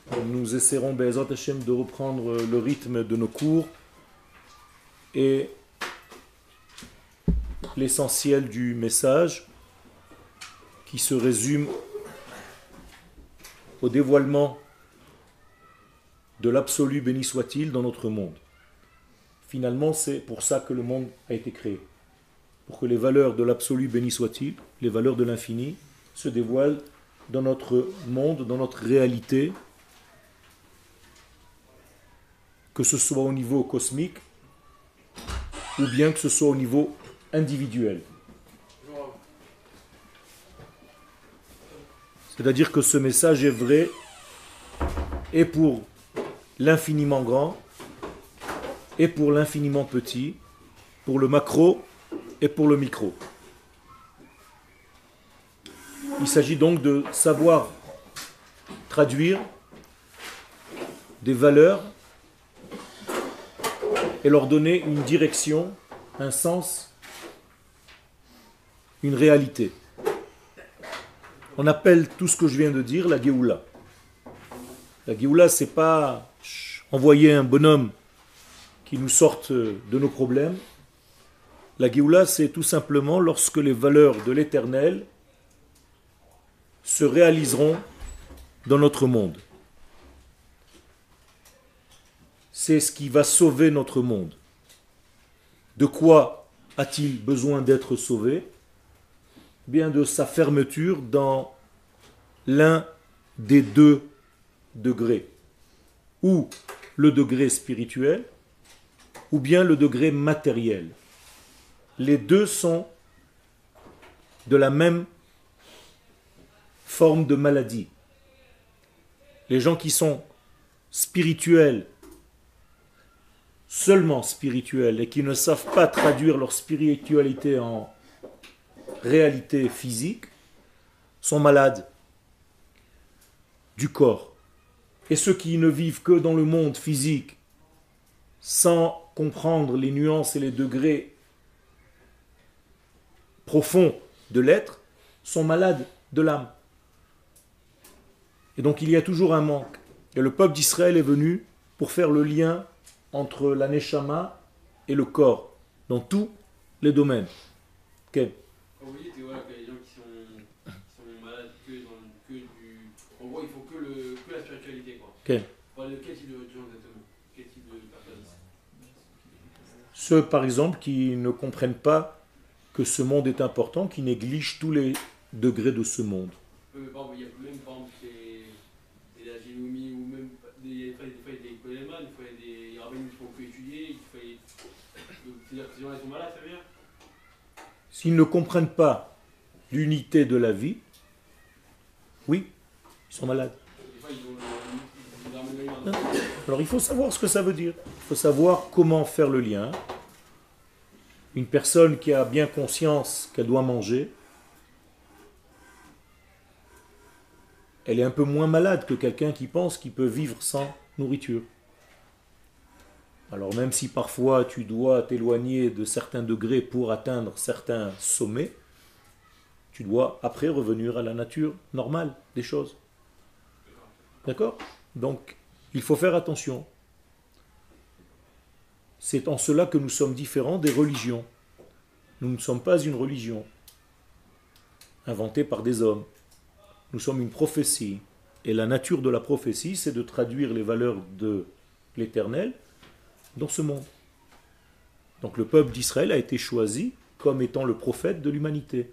Nous essaierons, Be'ezrat Hashem, de reprendre le rythme de nos cours et l'essentiel du message qui se résume au dévoilement de l'absolu béni soit-il dans notre monde. Finalement, c'est pour ça que le monde a été créé. Pour que les valeurs de l'absolu béni soit-il, les valeurs de l'infini, se dévoilent dans notre monde, dans notre réalité, que ce soit au niveau cosmique ou bien que ce soit au niveau individuel. C'est-à-dire que ce message est vrai et pour l'infiniment grand et pour l'infiniment petit, pour le macro et pour le micro. Il s'agit donc de savoir traduire des valeurs et leur donner une direction, un sens, une réalité. On appelle tout ce que je viens de dire la Géoula. La Géoula, c'est pas envoyer un bonhomme qui nous sorte de nos problèmes. La Géoula, c'est tout simplement lorsque les valeurs de l'éternel se réaliseront dans notre monde. C'est ce qui va sauver notre monde. De quoi a-t-il besoin d'être sauvé? Bien de sa fermeture dans l'un des deux degrés, ou le degré spirituel, ou bien le degré matériel. Les deux sont de la même forme de maladie. Les gens qui sont spirituels, seulement spirituels, et qui ne savent pas traduire leur spiritualité en réalité physique, sont malades du corps. Et ceux qui ne vivent que dans le monde physique, sans comprendre les nuances et les degrés profonds de l'être, sont malades de l'âme. Et donc il y a toujours un manque. Et le peuple d'Israël est venu pour faire le lien entre la neshama et le corps, dans tous les domaines. Okay. Quand vous dites voilà, qu'il y a des gens qui sont malades que du... En gros, il faut que la spiritualité, quoi. Okay. Quel type de gens exactement? Quel type de personnes? Ceux, par exemple, qui ne comprennent pas que ce monde est important, qui négligent tous les degrés de ce monde. Il y a même, par exemple, des Aginoumi, ou même des fois il y a des Koleman, des fois il y a des rabbins qui ne font que étudier, c'est-à-dire que ces gens-là sont malades, ça veut dire? S'ils ne comprennent pas l'unité de la vie, oui, ils sont malades. Des fois, ils ont Alors il faut savoir ce que ça veut dire. Il faut savoir comment faire le lien. Une personne qui a bien conscience qu'elle doit manger, elle est un peu moins malade que quelqu'un qui pense qu'il peut vivre sans nourriture. Alors même si parfois tu dois t'éloigner de certains degrés pour atteindre certains sommets, tu dois après revenir à la nature normale des choses. D'accord? Donc il faut faire attention. C'est en cela que nous sommes différents des religions. Nous ne sommes pas une religion inventée par des hommes. Nous sommes une prophétie. Et la nature de la prophétie, c'est de traduire les valeurs de l'Éternel dans ce monde. Donc le peuple d'Israël a été choisi comme étant le prophète de l'humanité.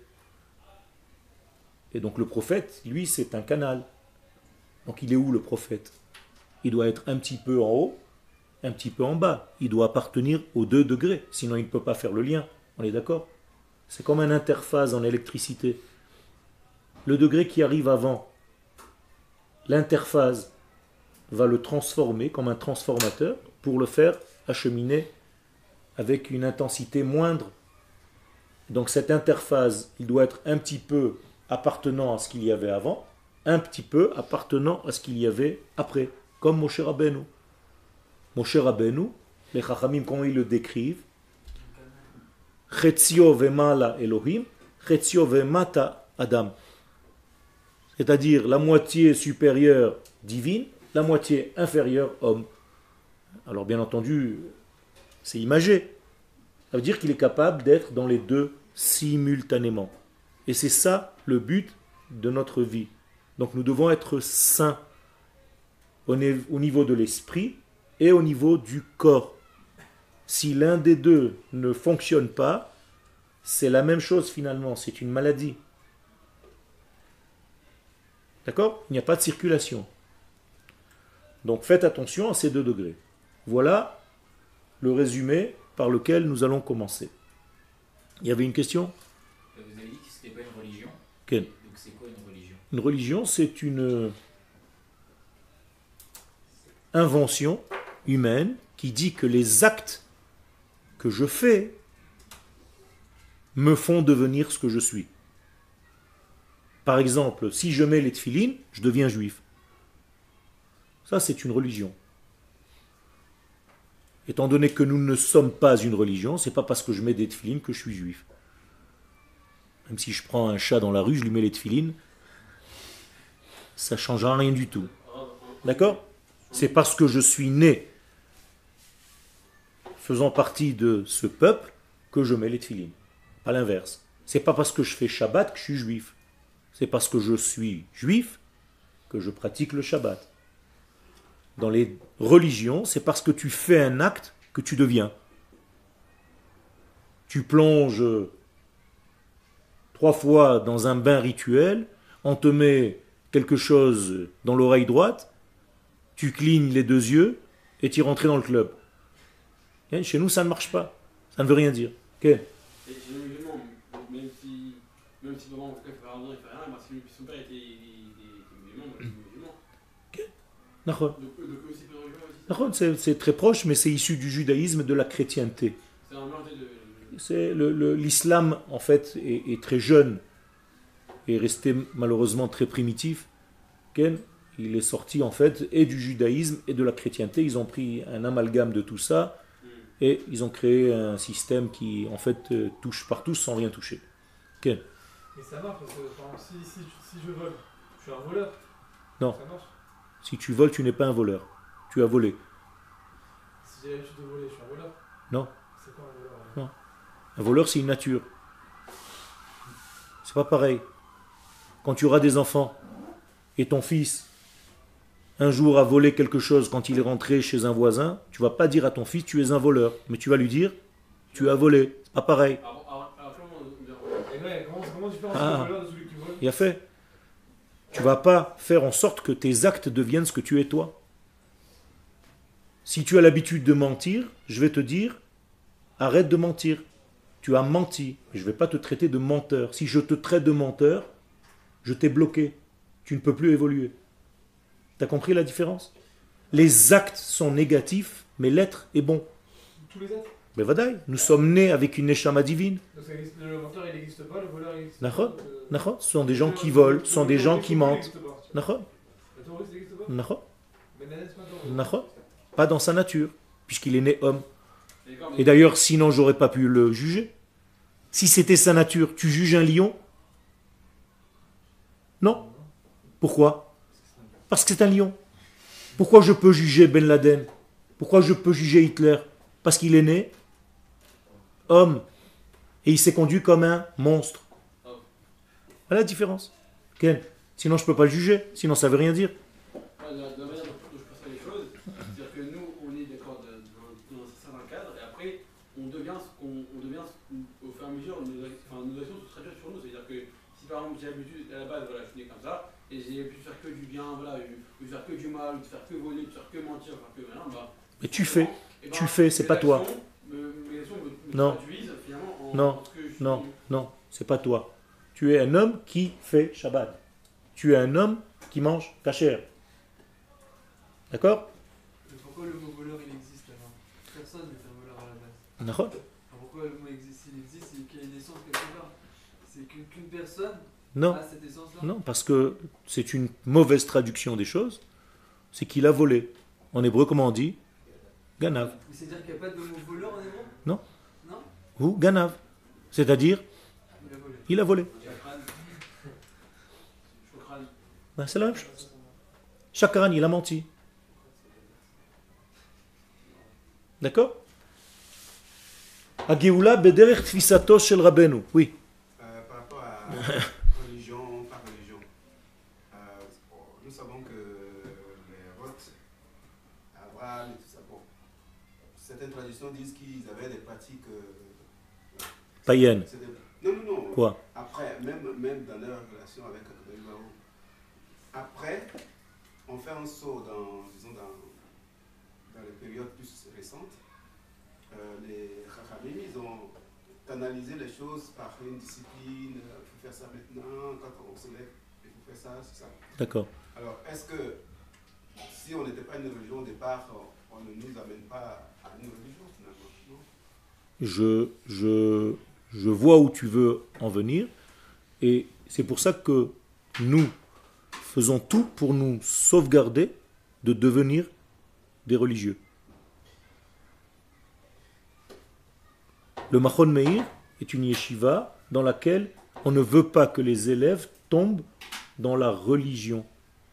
Et donc le prophète, lui, c'est un canal. Donc il est où le prophète? Il doit être un petit peu en haut, un petit peu en bas. Il doit appartenir aux deux degrés, sinon il ne peut pas faire le lien. On est d'accord? C'est comme une interface en électricité. Le degré qui arrive avant, l'interface va le transformer comme un transformateur pour le faire acheminer avec une intensité moindre. Donc cette interface, il doit être un petit peu appartenant à ce qu'il y avait avant, un petit peu appartenant à ce qu'il y avait après, comme Moshe Rabbeinu. Moshe Rabbeinu, les Chachamim, comment ils le décrivent, Chetzio vemala Elohim, Chetzio vemata Adam. C'est-à-dire la moitié supérieure divine la moitié inférieure, homme. Alors bien entendu, c'est imagé. Ça veut dire qu'il est capable d'être dans les deux simultanément. Et c'est ça le but de notre vie. Donc nous devons être saints au niveau de l'esprit et au niveau du corps. Si l'un des deux ne fonctionne pas, c'est la même chose finalement, c'est une maladie. D'accord? Il n'y a pas de circulation. Donc faites attention à ces 2 degrés. Voilà le résumé par lequel nous allons commencer. Il y avait une question? Vous avez dit que ce n'était pas une religion. Quelle? Donc c'est quoi une religion? Une religion, c'est une invention humaine qui dit que les actes que je fais me font devenir ce que je suis. Par exemple, si je mets les tefilines, je deviens juif. Ça, c'est une religion. Étant donné que nous ne sommes pas une religion, c'est pas parce que je mets des tefilines que je suis juif. Même si je prends un chat dans la rue, je lui mets les tefilines, ça ne changera rien du tout. D'accord? C'est parce que je suis né faisant partie de ce peuple que je mets les tefilines. Pas l'inverse. C'est pas parce que je fais Shabbat que je suis juif. C'est parce que je suis juif que je pratique le Shabbat. Dans les religions, c'est parce que tu fais un acte que tu deviens. Tu plonges 3 fois dans un bain rituel, on te met quelque chose dans l'oreille droite, tu clignes les 2 yeux et tu es rentré dans le club. Et chez nous, ça ne marche pas. Ça ne veut rien dire. Okay. Et chez nous, musulmans, même si maman, en tout cas, il fait rien, parce que son père était musulman, moi, je suis musulman. D'accord. Donc aussi, pas de religion aussi. C'est très proche, mais c'est issu du judaïsme et de la chrétienté. C'est un mélange de... C'est l'islam, en fait, est très jeune et resté malheureusement très primitif. Ken, il est sorti, en fait, et du judaïsme et de la chrétienté. Ils ont pris un amalgame de tout ça et ils ont créé un système qui, en fait, touche partout sans rien toucher. Ken. Mais ça marche, parce que par exemple, si je vole, je suis un voleur. Non. Ça marche. Si tu voles, tu n'es pas un voleur. Tu as volé. Si j'ai l'habitude de voler, je suis un voleur. Non. C'est quoi un voleur? Non. Un voleur, c'est une nature. C'est pas pareil. Quand tu auras des enfants et ton fils, un jour, a volé quelque chose quand il est rentré chez un voisin, tu vas pas dire à ton fils, tu es un voleur. Mais tu vas lui dire, tu as volé. C'est pas pareil. Et ouais, comment tu fais un voleur de celui qui vole? Il a fait. Tu vas pas faire en sorte que tes actes deviennent ce que tu es toi. Si tu as l'habitude de mentir, je vais te dire, arrête de mentir. Tu as menti. Je ne vais pas te traiter de menteur. Si je te traite de menteur, je t'ai bloqué. Tu ne peux plus évoluer. Tu as compris la différence? Les actes sont négatifs, mais l'être est bon. Tous les êtres? Mais vadaï, nous sommes nés avec une neshama divine. Donc le menteur il n'existe pas, le voleur il existe Nachon, pas. Nachon, ce sont des gens qui volent, ce sont des gens qui mentent. Nachon, Le terroriste n'existe pas? Nachon, Ben Laden, c'est pas un terroriste. Nachon. Pas dans sa nature, puisqu'il est né homme. Et d'ailleurs, sinon, j'aurais pas pu le juger. Si c'était sa nature, tu juges un lion? Non. Pourquoi? Parce que c'est un lion. Pourquoi je peux juger Ben Laden? Pourquoi je peux juger Hitler? Parce qu'il est né homme. Et il s'est conduit comme un monstre. Voilà la différence. Ken. Sinon, je ne peux pas le juger. Sinon, ça ne veut rien dire. La manière dont je perçois les choses, c'est-à-dire que nous, on est d'accord dans un certain cadre, et après, on devient au fur et à mesure, nos actions se traduisent sur nous. C'est-à-dire que si par exemple j'ai l'habitude, à la base, voilà, je suis né comme ça, et j'ai l'habitude de faire que du bien, voilà, de faire que du mal, de faire que voler, de faire que mentir, de faire que rien, bah. Mais tu fais. Tu fais, c'est pas toi. Mes actions me Non. traduisent finalement en Non, ce que je suis. non, c'est pas toi. Tu es un homme qui fait Shabbat. Tu es un homme qui mange kasher. D'accord? Pourquoi le mot voleur il existe alors? Personne n'est un voleur à la base. D'accord? Alors pourquoi le mot existe? S'il existe, c'est qu'il y a une essence quelque part. C'est qu'une personne Non, a cette essence-là. non, parce que c'est une mauvaise traduction des choses. C'est qu'il a volé. En hébreu, comment on dit? Ganav. C'est-à-dire qu'il n'y a pas de mot voleur en hébreu? Non. Non? Ou ganav. C'est-à-dire, Il a volé. il a volé. Chokran. Ben, c'est la même chose. Chakran, il a menti. D'accord? Agéoula bederech tfisato shel Rabbeinu. Oui. Par rapport à religion par religion, nous savons que les Roth, Abraham et tout ça, bon, certaines traditions disent qu'ils avaient des pratiques Païenne. Non, non, non. Quoi? Après, même dans leur relation avec Akadosh Baruch. Après, on fait un saut disons dans les périodes plus récentes. Les Chachamim, ils ont analysé les choses par une discipline. Il faut faire ça maintenant, quand on se lève, il faut faire ça, c'est ça. D'accord. Alors, est-ce que si on n'était pas une religion au départ, on ne nous amène pas à une religion finalement, non? Je vois où tu veux en venir, et c'est pour ça que nous faisons tout pour nous sauvegarder de devenir des religieux. Le Machon Meir est une yeshiva dans laquelle on ne veut pas que les élèves tombent dans la religion.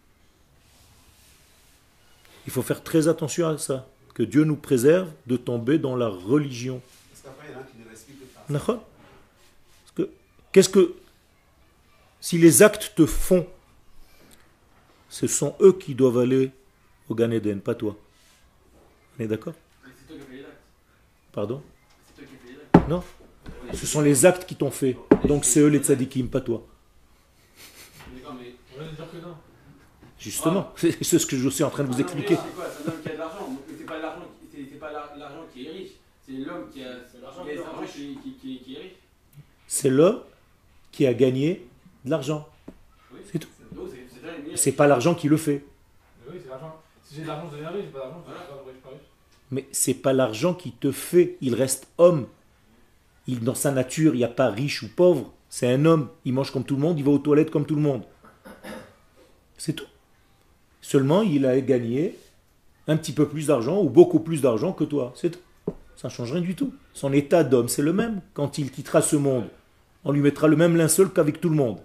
Il faut faire très attention à ça, que Dieu nous préserve de tomber dans la religion. Parce qu'après, il y en a qui ne respectent pas. D'accord? Qu'est-ce que... Si les actes te font, ce sont eux qui doivent aller au Gan Eden, pas toi. On est d'accord? C'est toi qui as fait les actes. Pardon? C'est toi qui as fait les actes. Non. Ce sont les actes qui t'ont fait. Donc c'est eux les tzadikim, pas toi. D'accord, mais. On vient de dire que non. Justement, c'est ce que je suis en train de vous expliquer. C'est quoi? C'est un homme qui a de l'argent. Mais c'est pas l'argent qui est riche. C'est l'homme qui a l'argent qui est riche. C'est l'homme qui a gagné de l'argent. Oui. C'est tout. Donc c'est déjà une C'est pas l'argent qui le fait. Mais oui, c'est l'argent. Si j'ai de l'argent, je deviens riche. J'ai pas d'argent, je suis pas riche. Mais c'est pas l'argent qui te fait. Il reste homme. Dans sa nature, il n'y a pas riche ou pauvre. C'est un homme. Il mange comme tout le monde. Il va aux toilettes comme tout le monde. C'est tout. Seulement, il a gagné un petit peu plus d'argent ou beaucoup plus d'argent que toi. C'est tout. Ça ne change rien du tout. Son état d'homme, c'est le même. Quand il quittera ce monde, on lui mettra le même linceul qu'avec tout le monde.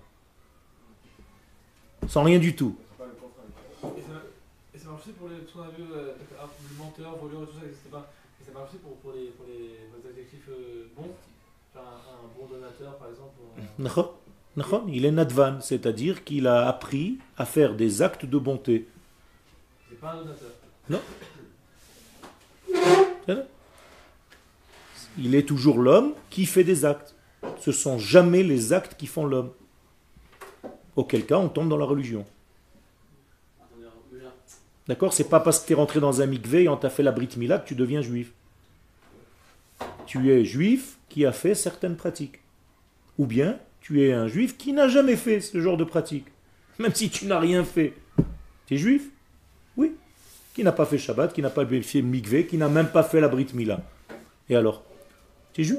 Sans rien du tout. Et ça marche aussi pour les ce qu'on a vu, le menteur, voleur et tout ça, n'existait pas. Et ça marche aussi pour les adjectifs bons. Genre un bon donateur, par exemple. Il est nadvan, c'est-à-dire qu'il a appris à faire des actes de bonté. C'est pas un donateur. Non. Il est toujours l'homme qui fait des actes. Ce ne sont jamais les actes qui font l'homme. Auquel cas, on tombe dans la religion. D'accord? C'est pas parce que tu es rentré dans un mikvé et on t'a fait la brit mila que tu deviens juif. Tu es juif qui a fait certaines pratiques. Ou bien, tu es un juif qui n'a jamais fait ce genre de pratique. Même si tu n'as rien fait. Tu es juif? Oui. Qui n'a pas fait Shabbat, qui n'a pas fait mikvé, qui n'a même pas fait la brit mila. Et alors? Tu es juif?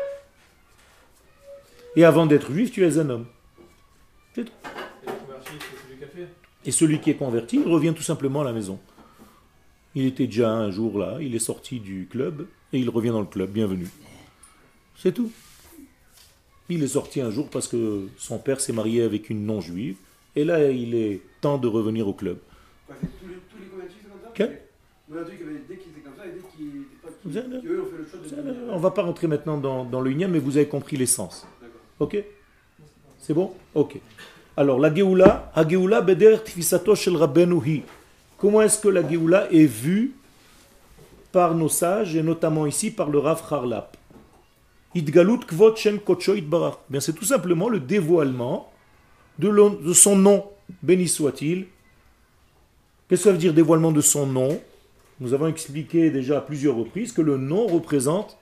Et avant d'être juif, tu es un homme. C'est tout. Et le converti, c'est celui qui a fait. Et celui qui est converti, il revient tout simplement à la maison. Il était déjà un jour là, il est sorti du club et il revient dans le club. Bienvenue. C'est tout. Il est sorti un jour parce que son père s'est marié avec une non-juive et là il est temps de revenir au club. Quoi, c'est tous les convertis, c'est comme ça? Quel? Il y en a dès qu'ils étaient comme ça et dès qu'ils n'étaient pas qui eux ont fait le choix de devenir. On ne va pas rentrer maintenant dans le lien, mais vous avez compris l'essence. D'accord. Ok? C'est bon? Ok. Alors la Géoula, Hagéoula beder tfisato shel Rabbeinu hi. Comment est-ce que la Géoula est vue par nos sages, et notamment ici par le Rav Harlap? Idgalut kvot shem kodsho itbarach. Bien, c'est tout simplement le dévoilement de son nom, béni soit-il. Qu'est-ce que ça veut dire dévoilement de son nom? Nous avons expliqué déjà à plusieurs reprises que le nom représente...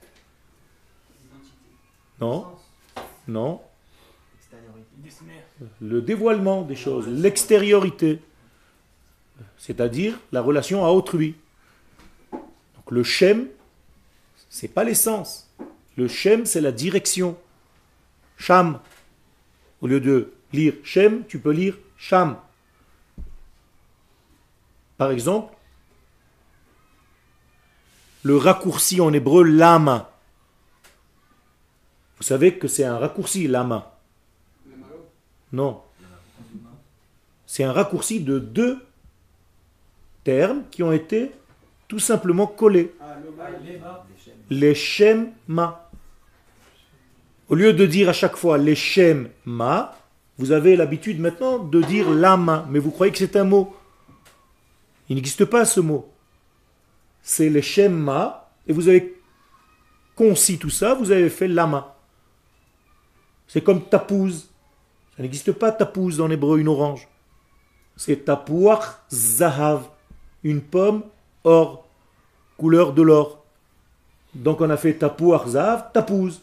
Non, non. Le dévoilement des choses, l'extériorité, c'est-à-dire la relation à autrui. Donc le Shem, c'est pas l'essence. Le Shem, c'est la direction. Sham. Au lieu de lire Shem, tu peux lire Sham. Par exemple, le raccourci en hébreu lama. Vous savez que c'est un raccourci lama. Non. C'est un raccourci de deux termes qui ont été Tout simplement coller. Ah, l'Oma, Lema. Les Shem Ma. Au lieu de dire à chaque fois les Shem Ma, vous avez l'habitude maintenant de dire Lama, mais vous croyez que c'est un mot. Il n'existe pas ce mot. C'est les Shem Ma, et vous avez concis tout ça, vous avez fait Lama. C'est comme Tapouz. Ça n'existe pas Tapouz en hébreu, une orange. C'est Tapouach Zahav, une pomme or, couleur de l'or. Donc on a fait Tapouach Zahav, Tapouz.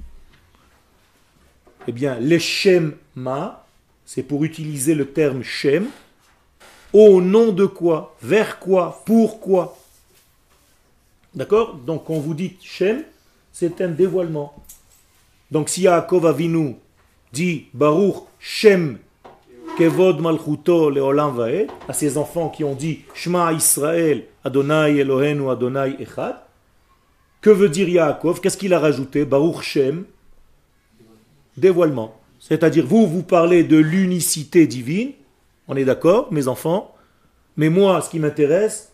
Eh bien, les Shem Ma, c'est pour utiliser le terme Shem, au nom de quoi, vers quoi, pourquoi. D'accord? Donc quand vous dites Shem, c'est un dévoilement. Donc si Yaakov Avinu dit Baruch Shem Kevod Malchuto Leolam Vaed, à ses enfants qui ont dit Shema Israël, Adonai Elohenu Adonai Echad, que veut dire Yaakov? Qu'est-ce qu'il a rajouté? Baruch Shem, dévoilement. C'est-à-dire, vous parlez de l'unicité divine, on est d'accord, mes enfants, mais moi, ce qui m'intéresse,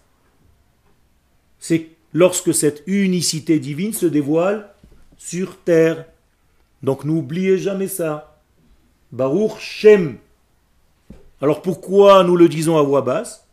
c'est lorsque cette unicité divine se dévoile sur terre. Donc n'oubliez jamais ça. Baruch Shem. Alors pourquoi nous le disons à voix basse?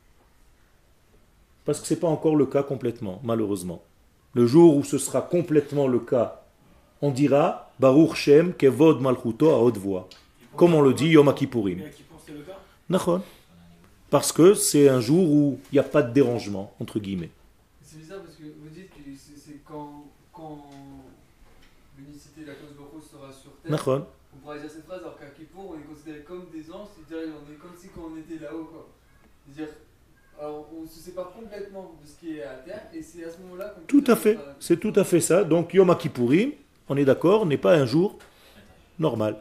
Parce que ce n'est pas encore le cas complètement, malheureusement. Le jour où ce sera complètement le cas, on dira Baruch Shem Kevod Malchuto à haute voix. Comme on le dit Yom Kippourim. Nachon. Parce que c'est un jour où il n'y a pas de dérangement, entre guillemets. C'est bizarre parce que vous dites que c'est quand l'unicité de la cause Baruch sera sur terre. Nachon. On pourrait dire cette phrase alors qu'à Kippour on est considéré comme des anges, c'est-à-dire on est comme si quand on était là-haut quoi. C'est-à-dire alors on se sépare complètement de ce qui est à terre et c'est à ce moment-là qu'on Tout à fait, c'est tout à fait ça. Donc Yom Kippourim, on est d'accord, n'est pas un jour normal.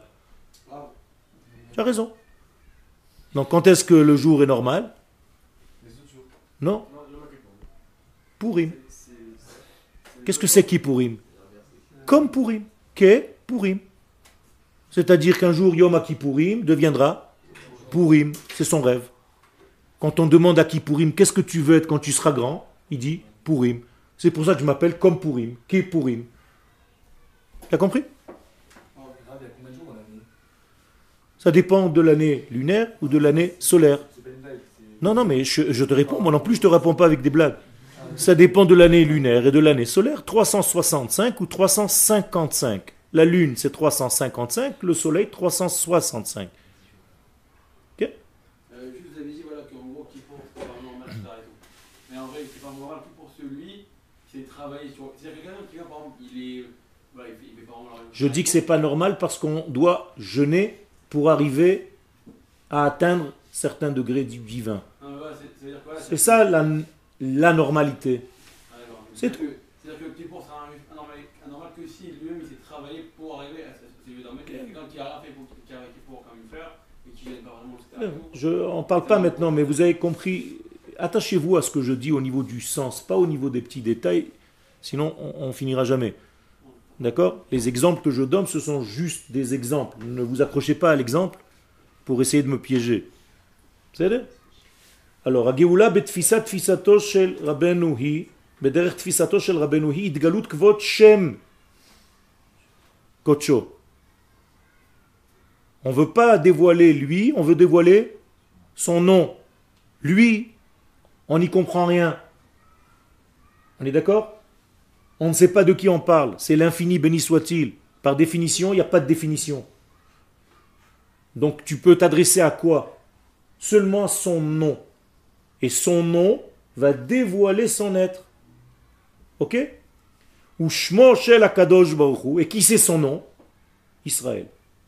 Tu as raison. Donc quand est-ce que le jour est normal? les autres jours. Non. Pourim. Qu'est-ce que c'est Kippourim? Comme Pourim. Qu'est Pourim. C'est-à-dire qu'un jour Yom Kippourim deviendra Pourim. C'est son rêve. Quand on demande à Kippourim qu'est-ce que tu veux être quand tu seras grand, il dit Pourim. C'est pour ça que je m'appelle comme Pourim. Kippourim. Tu as compris? Ça dépend de l'année lunaire ou de l'année solaire. Non, mais je te réponds. Moi non plus, je ne te réponds pas avec des blagues. Ça dépend de l'année lunaire et de l'année solaire. 365 ou 355. La lune, c'est 355. Le soleil, 365. Ok? Juste vous avez dit voilà, qu'en gros, Kippour, c'est pas normal, etc. et tout. Mais en vrai, c'est pas moral que pour celui qui s'est travaillé sur. C'est-à-dire quelqu'un qui vient, par exemple, il est. Voilà, il fait pas vraiment la Je dis que c'est pas normal parce qu'on doit jeûner pour arriver à atteindre certains degrés du divin. c'est-à-dire quoi, C'est ça la normalité. Ah, d'accord. C'est tout. C'est-à-dire que Kippour sera anormal que si lui-même il s'est travaillé pour arriver à ce niveau d'armée. Il y a quelqu'un qui a rien fait pour qui arrive Kippour comme une fleur et qui gêne pas vraiment, etc. Je n'en parle pas maintenant, mais vous avez compris. Attachez-vous à ce que je dis au niveau du sens, pas au niveau des petits détails, sinon on finira jamais. D'accord? Les exemples que je donne, ce sont juste des exemples. Ne vous accrochez pas à l'exemple pour essayer de me piéger. C'est vrai? Alors, Agéoula betfisat tfisato shel Rabbeinu hi, bederech tfisato shel Rabbeinu hi, idgalut kvot shem kocho. On ne veut pas dévoiler lui, on veut dévoiler son nom. Lui, on n'y comprend rien. On est d'accord? On ne sait pas de qui on parle. C'est l'infini, béni soit-il. Par définition, il n'y a pas de définition. Donc tu peux t'adresser à quoi? Seulement à son nom. Et son nom va dévoiler son être. Ok? Ou Shmo Shel Akadosh Baruch Hu. Et qui c'est son nom? Israël.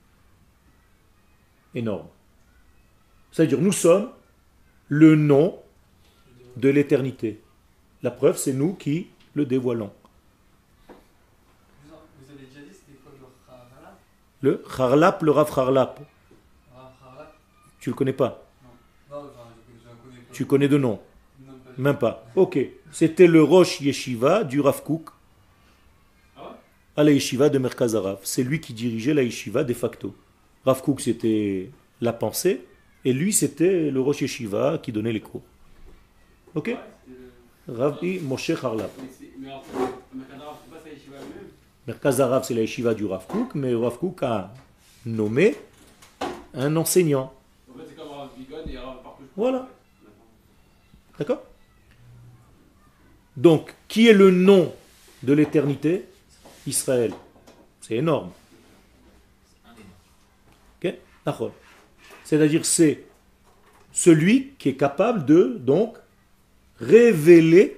Énorme. C'est-à-dire, nous sommes le nom de l'éternité. La preuve, c'est nous qui le dévoilons. Vous avez déjà dit c'était quoi Le Charlap, le Rav Charlap. Harlap? Tu le connais pas? Non, enfin, je la connais pas. Tu connais de nom? Non, pas du Même pas. Ok. C'était le Rosh Yeshiva du Rav Kook à la Yeshiva de Merkaz Harav. C'est lui qui dirigeait la Yeshiva de facto. Rav Kook, c'était la pensée, et lui, c'était le Rosh Yeshiva qui donnait les cours. Ok? Rabbi Moshe Harlap. Mais alors, Merkadar, c'est pas sa yeshiva elle-même. Merkaz Harav, c'est la yeshiva du Rav Kook, mais Rav Kook a nommé un enseignant. En fait, c'est comme Rav Bigon et Rav Partout. Voilà. D'accord? Donc, qui est le nom de l'éternité? Israël. C'est énorme. Ok? D'accord. C'est-à-dire, c'est celui qui est capable de, donc, révéler,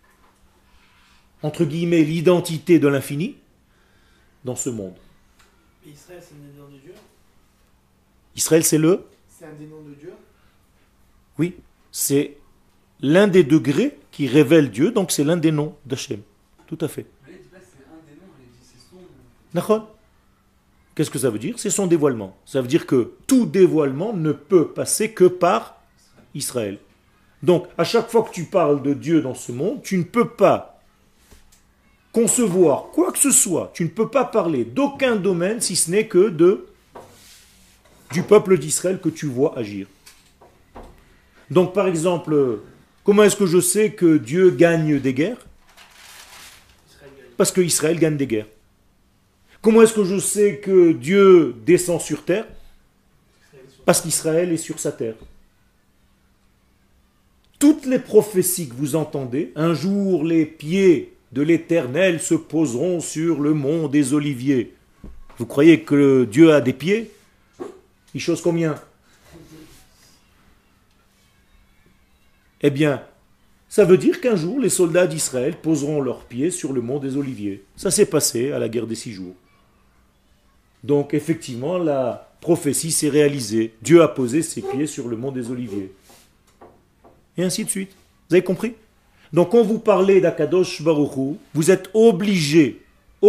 entre guillemets, l'identité de l'infini dans ce monde. Mais Israël, c'est un des noms de Dieu. Israël, c'est le? C'est un des noms de Dieu. Oui, c'est l'un des degrés qui révèle Dieu, donc c'est l'un des noms d'Hachem. Tout à fait. Mais là, c'est un des noms, il dit c'est son nom. D'accord? Qu'est-ce que ça veut dire? C'est son dévoilement. Ça veut dire que tout dévoilement ne peut passer que par Israël. Donc, à chaque fois que tu parles de Dieu dans ce monde, tu ne peux pas concevoir quoi que ce soit. Tu ne peux pas parler d'aucun domaine si ce n'est que du peuple d'Israël que tu vois agir. Donc, par exemple, comment est-ce que je sais que Dieu gagne des guerres? Parce que Israël gagne des guerres. Comment est-ce que je sais que Dieu descend sur terre? Parce qu'Israël est sur sa terre. Toutes les prophéties que vous entendez, un jour les pieds de l'Éternel se poseront sur le mont des Oliviers. Vous croyez que Dieu a des pieds? Il chose combien? Eh bien, ça veut dire qu'un jour, les soldats d'Israël poseront leurs pieds sur le mont des Oliviers. Ça s'est passé à la guerre des 6 jours. Donc, effectivement, la prophétie s'est réalisée. Dieu a posé ses pieds sur le mont des Oliviers. Et ainsi de suite. Vous avez compris? Donc, quand vous parlez d'Akadosh Baruch Hu, vous êtes obligé,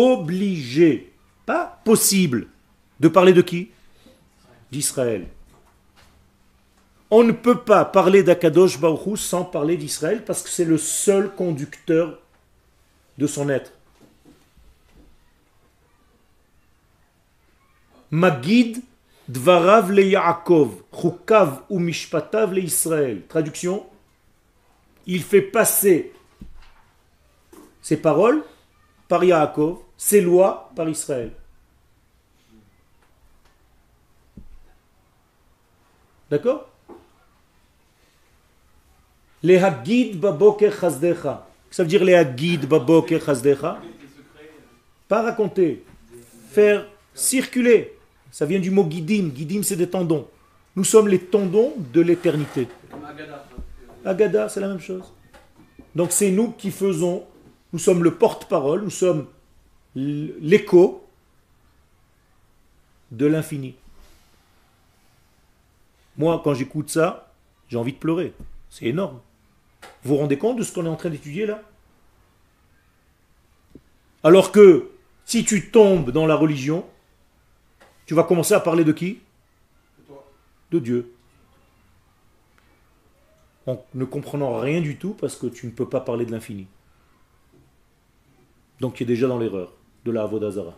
pas possible, de parler de qui? D'Israël. On ne peut pas parler d'Akadosh Baruch Hu sans parler d'Israël parce que c'est le seul conducteur de son être. Magid dvarav le Yaakov, chukav u mishpatav le Israël. Traduction, il fait passer ses paroles par Yaakov, ses lois par Israël. D'accord? Les hagid baboker chazdecha. Ça veut dire les hagid baboker chazdecha. Pas raconter, faire circuler. Ça vient du mot guidim. Guidim, c'est des tendons. Nous sommes les tendons de l'éternité. Agada, c'est la même chose. Donc c'est nous qui faisons, nous sommes le porte-parole, nous sommes l'écho de l'infini. Moi, quand j'écoute ça, j'ai envie de pleurer. C'est énorme. Vous vous rendez compte de ce qu'on est en train d'étudier là? Alors que si tu tombes dans la religion, tu vas commencer à parler de qui? De Dieu. En ne comprenant rien du tout parce que tu ne peux pas parler de l'infini. Donc tu es déjà dans l'erreur de la Avodah Zara.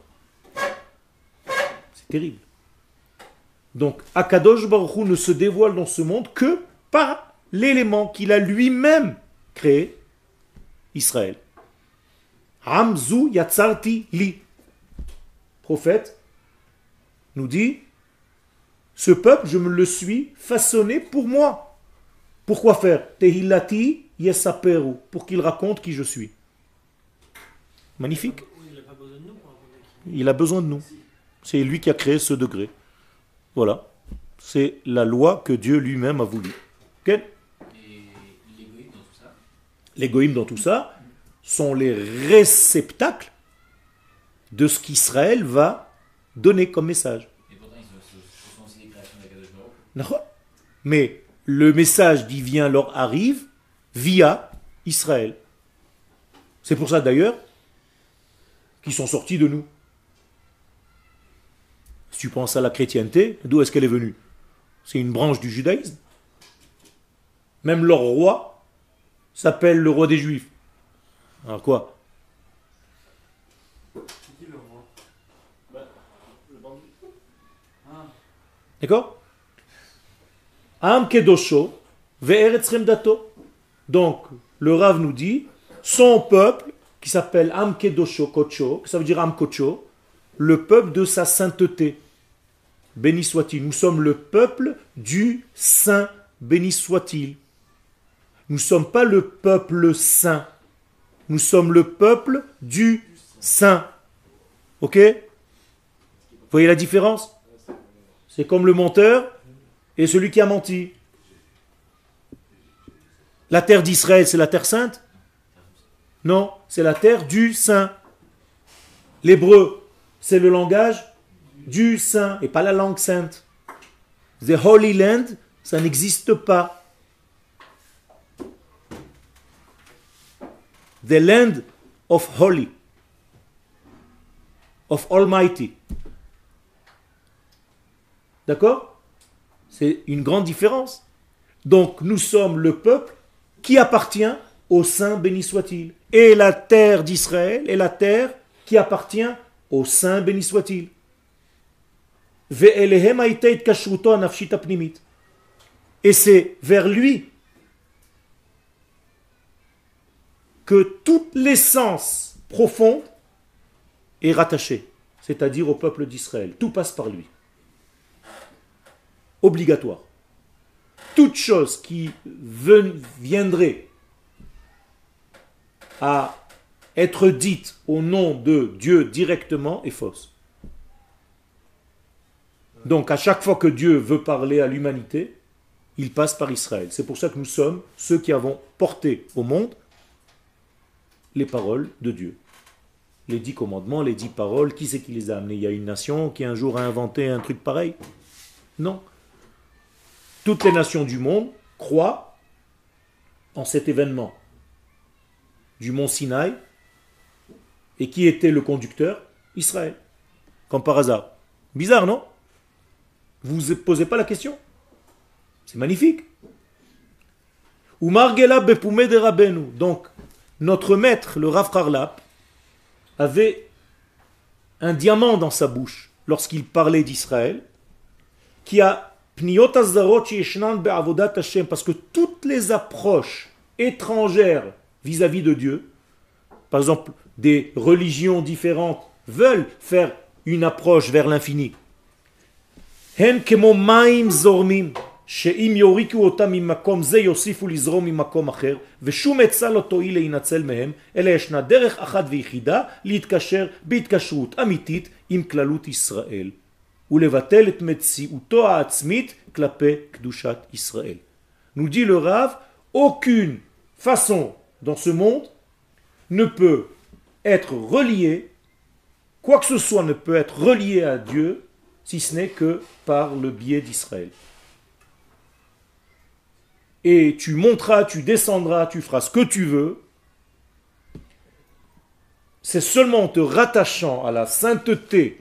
C'est terrible. Donc Akadosh Baruch Hu ne se dévoile dans ce monde que par l'élément qu'il a lui-même créé, Israël. Hamzu yatzarti li. Prophète nous dit, ce peuple, je me le suis façonné pour moi. Pourquoi faire? Tehillati yesaperu, pour qu'il raconte qui je suis. Magnifique. Il n'a pas besoin de nous pour raconter qui. Il a besoin de nous. C'est lui qui a créé ce degré. Voilà. C'est la loi que Dieu lui-même a voulu. Ok? Et l'égoïsme dans tout ça? Les goïms dans tout ça sont les réceptacles de ce qu'Israël va donner comme message. Et pourtant, ce sont aussi des créations d'Akadosh Baruch Hu. Non. Mais le message divin leur arrive via Israël. C'est pour ça d'ailleurs qu'ils sont sortis de nous. Si tu penses à la chrétienté, d'où est-ce qu'elle est venue? C'est une branche du judaïsme. Même leur roi s'appelle le roi des Juifs. Alors quoi? C'est qui le roi? Ah, D'accord? Am kedosho ve'eretz remdato. Donc, le Rav nous dit, son peuple, qui s'appelle Am Kedosho Kocho, ça veut dire Am Kocho, le peuple de sa sainteté. Béni soit-il. Nous sommes le peuple du saint, béni soit-il. Nous ne sommes pas le peuple saint. Nous sommes le peuple du saint. Ok? Vous voyez la différence? C'est comme le menteur et celui qui a menti. La terre d'Israël, c'est la terre sainte? Non, c'est la terre du saint. L'hébreu, c'est le langage du saint et pas la langue sainte. The Holy Land, ça n'existe pas. The land of holy, of almighty. D'accord? C'est une grande différence. Donc nous sommes le peuple qui appartient au Saint béni soit-il. Et la terre d'Israël est la terre qui appartient au Saint béni soit-il. Et c'est vers lui que toute l'essence profonde est rattachée, c'est-à-dire au peuple d'Israël. Tout passe par lui. Obligatoire. Toute chose qui viendrait à être dite au nom de Dieu directement est fausse. Donc à chaque fois que Dieu veut parler à l'humanité, il passe par Israël. C'est pour ça que nous sommes ceux qui avons porté au monde les paroles de Dieu. Les 10 commandements, les 10 paroles, qui c'est qui les a amenés? Il y a une nation qui un jour a inventé un truc pareil? Non. Toutes les nations du monde croient en cet événement du mont Sinaï. Et qui était le conducteur? Israël. Comme par hasard. Bizarre, non? Vous ne vous posez pas la question? C'est magnifique. Ou Margela Bepume de Rabbeinu. Donc, notre maître, le Rav Harlap, avait un diamant dans sa bouche lorsqu'il parlait d'Israël, qui a Pniot Azarot Yeshnan Be'avodat Hashem, parce que toutes les approches étrangères vis-à-vis de Dieu, par exemple, des religions différentes veulent faire une approche vers l'infini. Hen kemo maim zormim. שאם יוריקו אותם ממקום זה יוסיפו לזרום ממקום אחר ושום עצה לא תועיל להינצל מהם אלא ישנה דרך אחת ויחידה להתקשר בהתקשרות אמיתית עם כללות ישראל ולבטל את מציאותו העצמית כלפי קדושת ישראל. Nous dit le Rav, aucune façon dans ce monde ne peut être reliée, quoi que ce soit ne peut être relié à Dieu si ce n'est que par le biais d'Israël. Et tu monteras, tu descendras, tu feras ce que tu veux. C'est seulement en te rattachant à la sainteté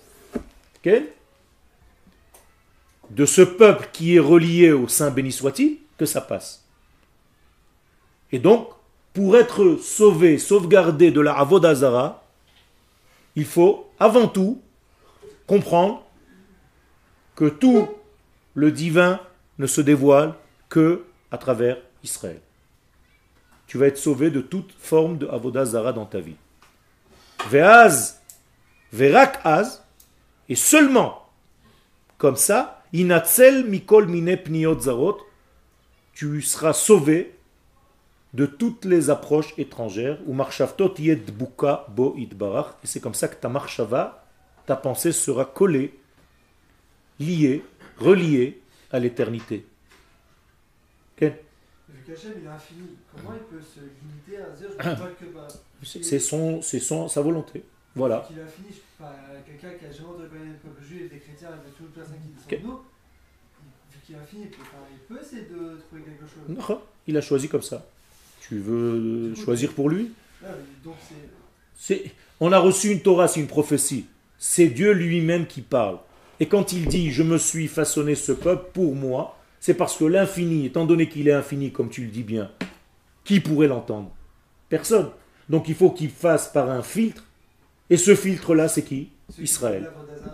de ce peuple qui est relié au Saint béni soit-il que ça passe. Et donc, pour être sauvé, sauvegardé de la Avodah Zara, il faut avant tout comprendre que tout le divin ne se dévoile que à travers Israël. Tu vas être sauvé de toute forme de Avodah Zara dans ta vie. Ve'az, ve'rak az, et seulement comme ça, inatzel mikol mine pniot zarot, tu seras sauvé de toutes les approches étrangères, ou marchavtot yed buka bo idbarach, et c'est comme ça que ta marchava, ta pensée sera collée, liée, reliée à l'éternité. Okay. Vu qu'Hachem il est infini, comment il peut se limiter à dire je ne parle que pas? C'est sa volonté. Voilà. Il est infini, quelqu'un qui a jamais entendu parler du peuple juif, des chrétiens, de toutes les personnes qui descendent de nous, vu qu'il est infini, il peut essayer de trouver quelque chose. Non, il a choisi comme ça. Tu veux choisir pour lui? Donc on a reçu une Torah, c'est une prophétie. C'est Dieu lui-même qui parle. Et quand il dit je me suis façonné ce peuple pour moi, c'est parce que l'infini, étant donné qu'il est infini, comme tu le dis bien, qui pourrait l'entendre? Personne. Donc il faut qu'il fasse par un filtre. Et ce filtre-là, c'est qui? Israël.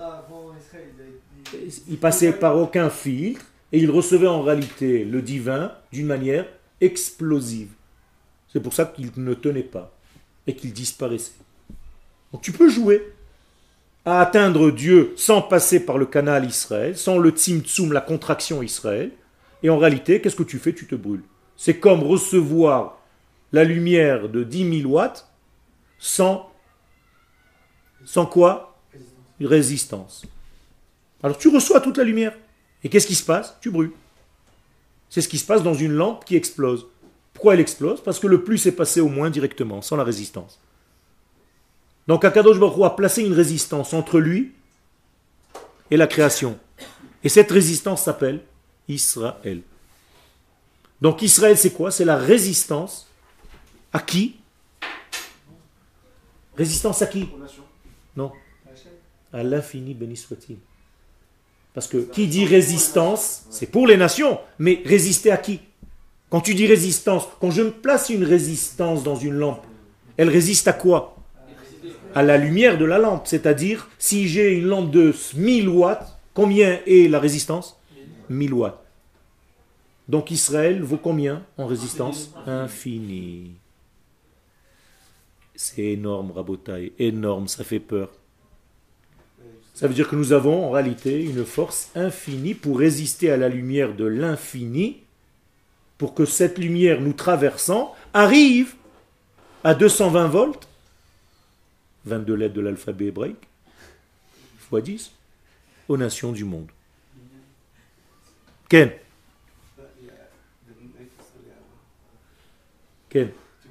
Il passait par aucun filtre et il recevait en réalité le divin d'une manière explosive. C'est pour ça qu'il ne tenait pas et qu'il disparaissait. Donc tu peux jouer à atteindre Dieu sans passer par le canal Israël, sans le tzimtzum, la contraction Israël. Et en réalité, qu'est-ce que tu fais? Tu te brûles. C'est comme recevoir la lumière de 10 000 watts sans quoi? Une résistance. Alors tu reçois toute la lumière. Et qu'est-ce qui se passe? Tu brûles. C'est ce qui se passe dans une lampe qui explose. Pourquoi elle explose? Parce que le plus est passé au moins directement, sans la résistance. Donc Akadosh Baruch Hu a placé une résistance entre lui et la création. Et cette résistance s'appelle Israël. Donc Israël, c'est quoi? C'est la résistance à qui? Résistance à qui? Non. À l'infini, béni soit-il. Parce que qui dit résistance, c'est pour les nations, mais résister à qui? Quand tu dis résistance, quand je place une résistance dans une lampe, elle résiste à quoi? À la lumière de la lampe. C'est-à-dire, si j'ai une lampe de 1000 watts, combien est la résistance? 1000 watts. Donc Israël vaut combien en résistance? Infini. C'est énorme, Rabotai, énorme, ça fait peur. Ça veut dire que nous avons en réalité une force infinie pour résister à la lumière de l'infini, pour que cette lumière nous traversant arrive à 220 volts, 22 lettres de l'alphabet hébraïque, x 10, aux nations du monde. Ken? Ken?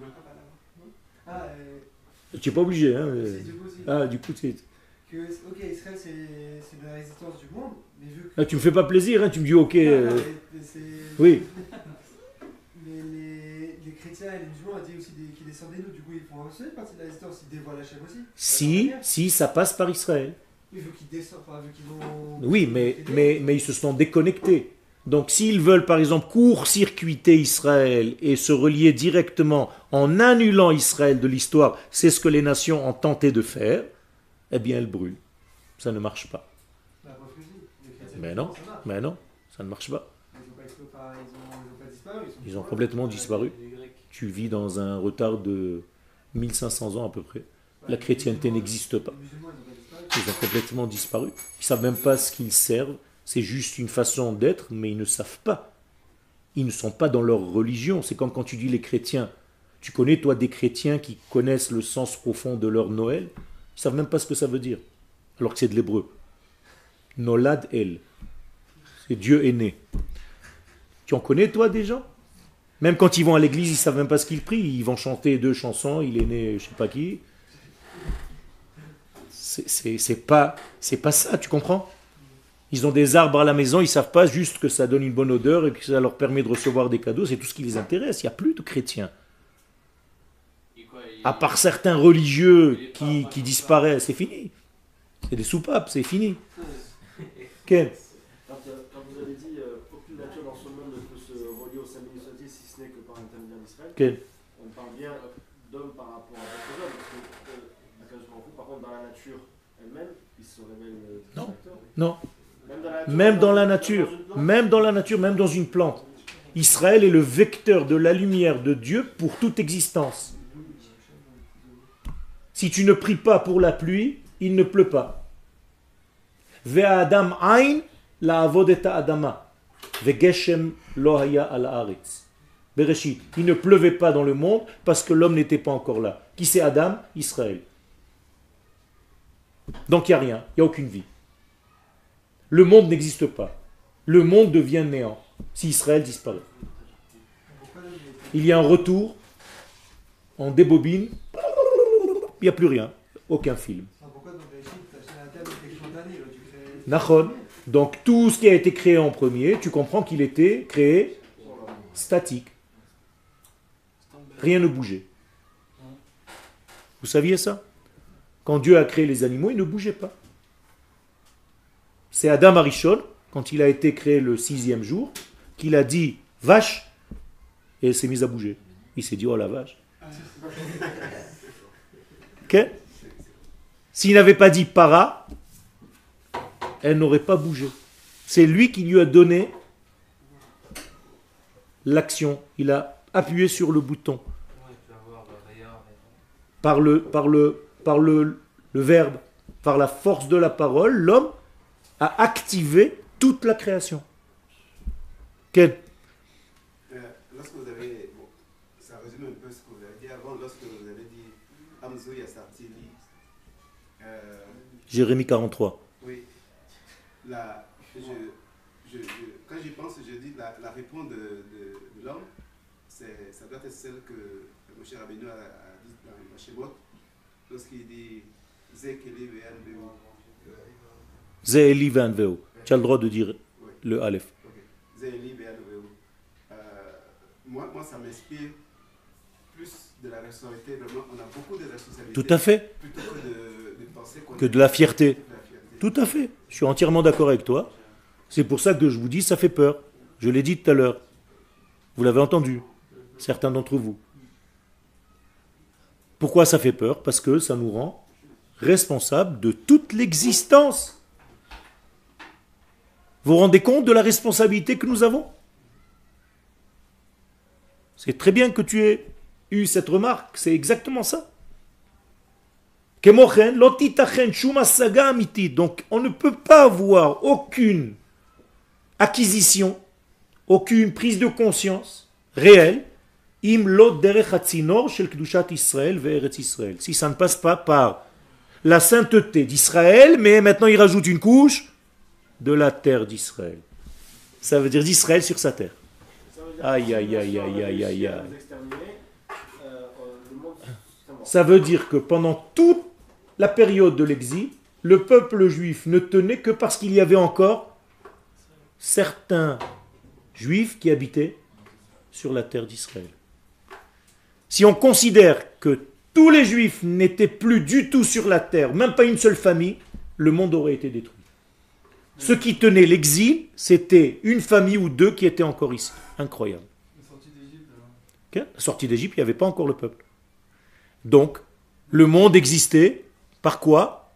Tu n'es pas obligé. Hein? Ah, du coup, c'est... Ok, Israël, c'est la résistance du monde, mais vu que... Ah, tu me fais pas plaisir, hein? Tu me dis ok. Non, Oui. Mais les chrétiens et les musulmans ont dit aussi qu'ils descendent de nous, du coup ils font aussi partie de la résistance, ils dévoilent Hachem aussi. Si, ça passe par Israël. Oui, vu qu'ils descendent, enfin, vu qu'ils ont... Oui, mais ils se sont déconnectés. Donc s'ils veulent par exemple court-circuiter Israël et se relier directement en annulant Israël de l'histoire, c'est ce que les nations ont tenté de faire, eh bien elles brûlent. Ça ne marche pas. Mais non, ça ne marche pas. Ils n'ont pas disparu. Ils ont complètement disparu. Tu vis dans un retard de 1500 ans à peu près. La chrétienté n'existe pas. Ils ont complètement disparu. Ils ne savent même pas ce qu'ils servent. C'est juste une façon d'être, mais ils ne savent pas. Ils ne sont pas dans leur religion. C'est comme quand tu dis les chrétiens. Tu connais, toi, des chrétiens qui connaissent le sens profond de leur Noël? Ils ne savent même pas ce que ça veut dire. Alors que c'est de l'hébreu. Nolad El. C'est Dieu est né. Tu en connais, toi, des gens? Même quand ils vont à l'église, ils ne savent même pas ce qu'ils prient. Ils vont chanter 2 chansons. Il est né, je ne sais pas qui. C'est pas ça, tu comprends? Ils ont des arbres à la maison, ils ne savent pas juste que ça donne une bonne odeur et que ça leur permet de recevoir des cadeaux. C'est tout ce qui les intéresse. Il n'y a plus de chrétiens. À part certains religieux qui disparaissent, c'est fini. C'est des soupapes, c'est fini. Ken? Quand vous avez dit aucune nature dans ce monde ne peut se relier au saint béni soit-il si ce n'est que par l'intermédiaire d'Israël, Ken? on parle bien d'hommes par rapport à d'autres hommes. Parce que, par contre, dans la nature elle-même, il se révèle. Non. Même dans la nature, même dans une plante. Israël est le vecteur de la lumière de Dieu pour toute existence. Si tu ne pries pas pour la pluie, il ne pleut pas. Ve'adam ain la avodeta adama. Ve'geshem lo haya al haaretz. Bereshit. Il ne pleuvait pas dans le monde parce que l'homme n'était pas encore là. Qui c'est Adam? Israël. Donc il n'y a rien, il n'y a aucune vie. Le monde n'existe pas. Le monde devient néant si Israël disparaît. Il y a un retour, on débobine, il n'y a plus rien, aucun film. Nachon. Donc tout ce qui a été créé en premier, tu comprends qu'il était créé statique. Rien ne bougeait. Vous saviez ça? Quand Dieu a créé les animaux, ils ne bougeaient pas. C'est Adam Arishon, quand il a été créé le 6e jour, qu'il a dit vache, et elle s'est mise à bouger. Il s'est dit oh la vache. Okay? S'il n'avait pas dit para, elle n'aurait pas bougé. C'est lui qui lui a donné l'action. Il a appuyé sur le bouton. le verbe, par la force de la parole, l'homme a activé toute la création. Quel? Lorsque vous avez, bon, ça résume un peu ce que vous avez dit avant, lorsque vous avez dit Amzo Yassartili. Jérémie 43. Oui. Là, quand j'y pense, je dis la réponse de l'homme, ça doit être celle que Moshe Rabbeinu a dit dans Shemot, lorsqu'il dit Zekeli Ve'anveu. Ze'eli Ve'anveu. Tu as le droit de dire le Aleph. Ze'eli Ve'anveu. Moi, ça m'inspire plus de la responsabilité. Vraiment, on a beaucoup de responsabilités. Tout à fait. Plutôt que de penser qu'on que de la fierté. Tout à fait. Je suis entièrement d'accord avec toi. C'est pour ça que je vous dis, ça fait peur. Je l'ai dit tout à l'heure. Vous l'avez entendu, certains d'entre vous. Pourquoi ça fait peur? Parce que ça nous rend responsables de toute l'existence. Vous vous rendez compte de la responsabilité que nous avons? C'est très bien que tu aies eu cette remarque, c'est exactement ça. Donc on ne peut pas avoir aucune acquisition, aucune prise de conscience réelle si ça ne passe pas par la sainteté d'Israël, mais maintenant il rajoute une couche de la terre d'Israël. Ça veut dire d'Israël sur sa terre. Aïe, aïe, aïe, aïe, aïe, aïe, aïe. Ça veut dire que pendant toute la période de l'exil, le peuple juif ne tenait que parce qu'il y avait encore certains juifs qui habitaient sur la terre d'Israël. Si on considère que tous les juifs n'étaient plus du tout sur la terre, même pas une seule famille, le monde aurait été détruit. Ce qui tenait l'exil, c'était une famille ou deux qui étaient encore ici. Incroyable. La sortie d'Égypte, il n'y avait pas encore le peuple. Donc, le monde existait par quoi?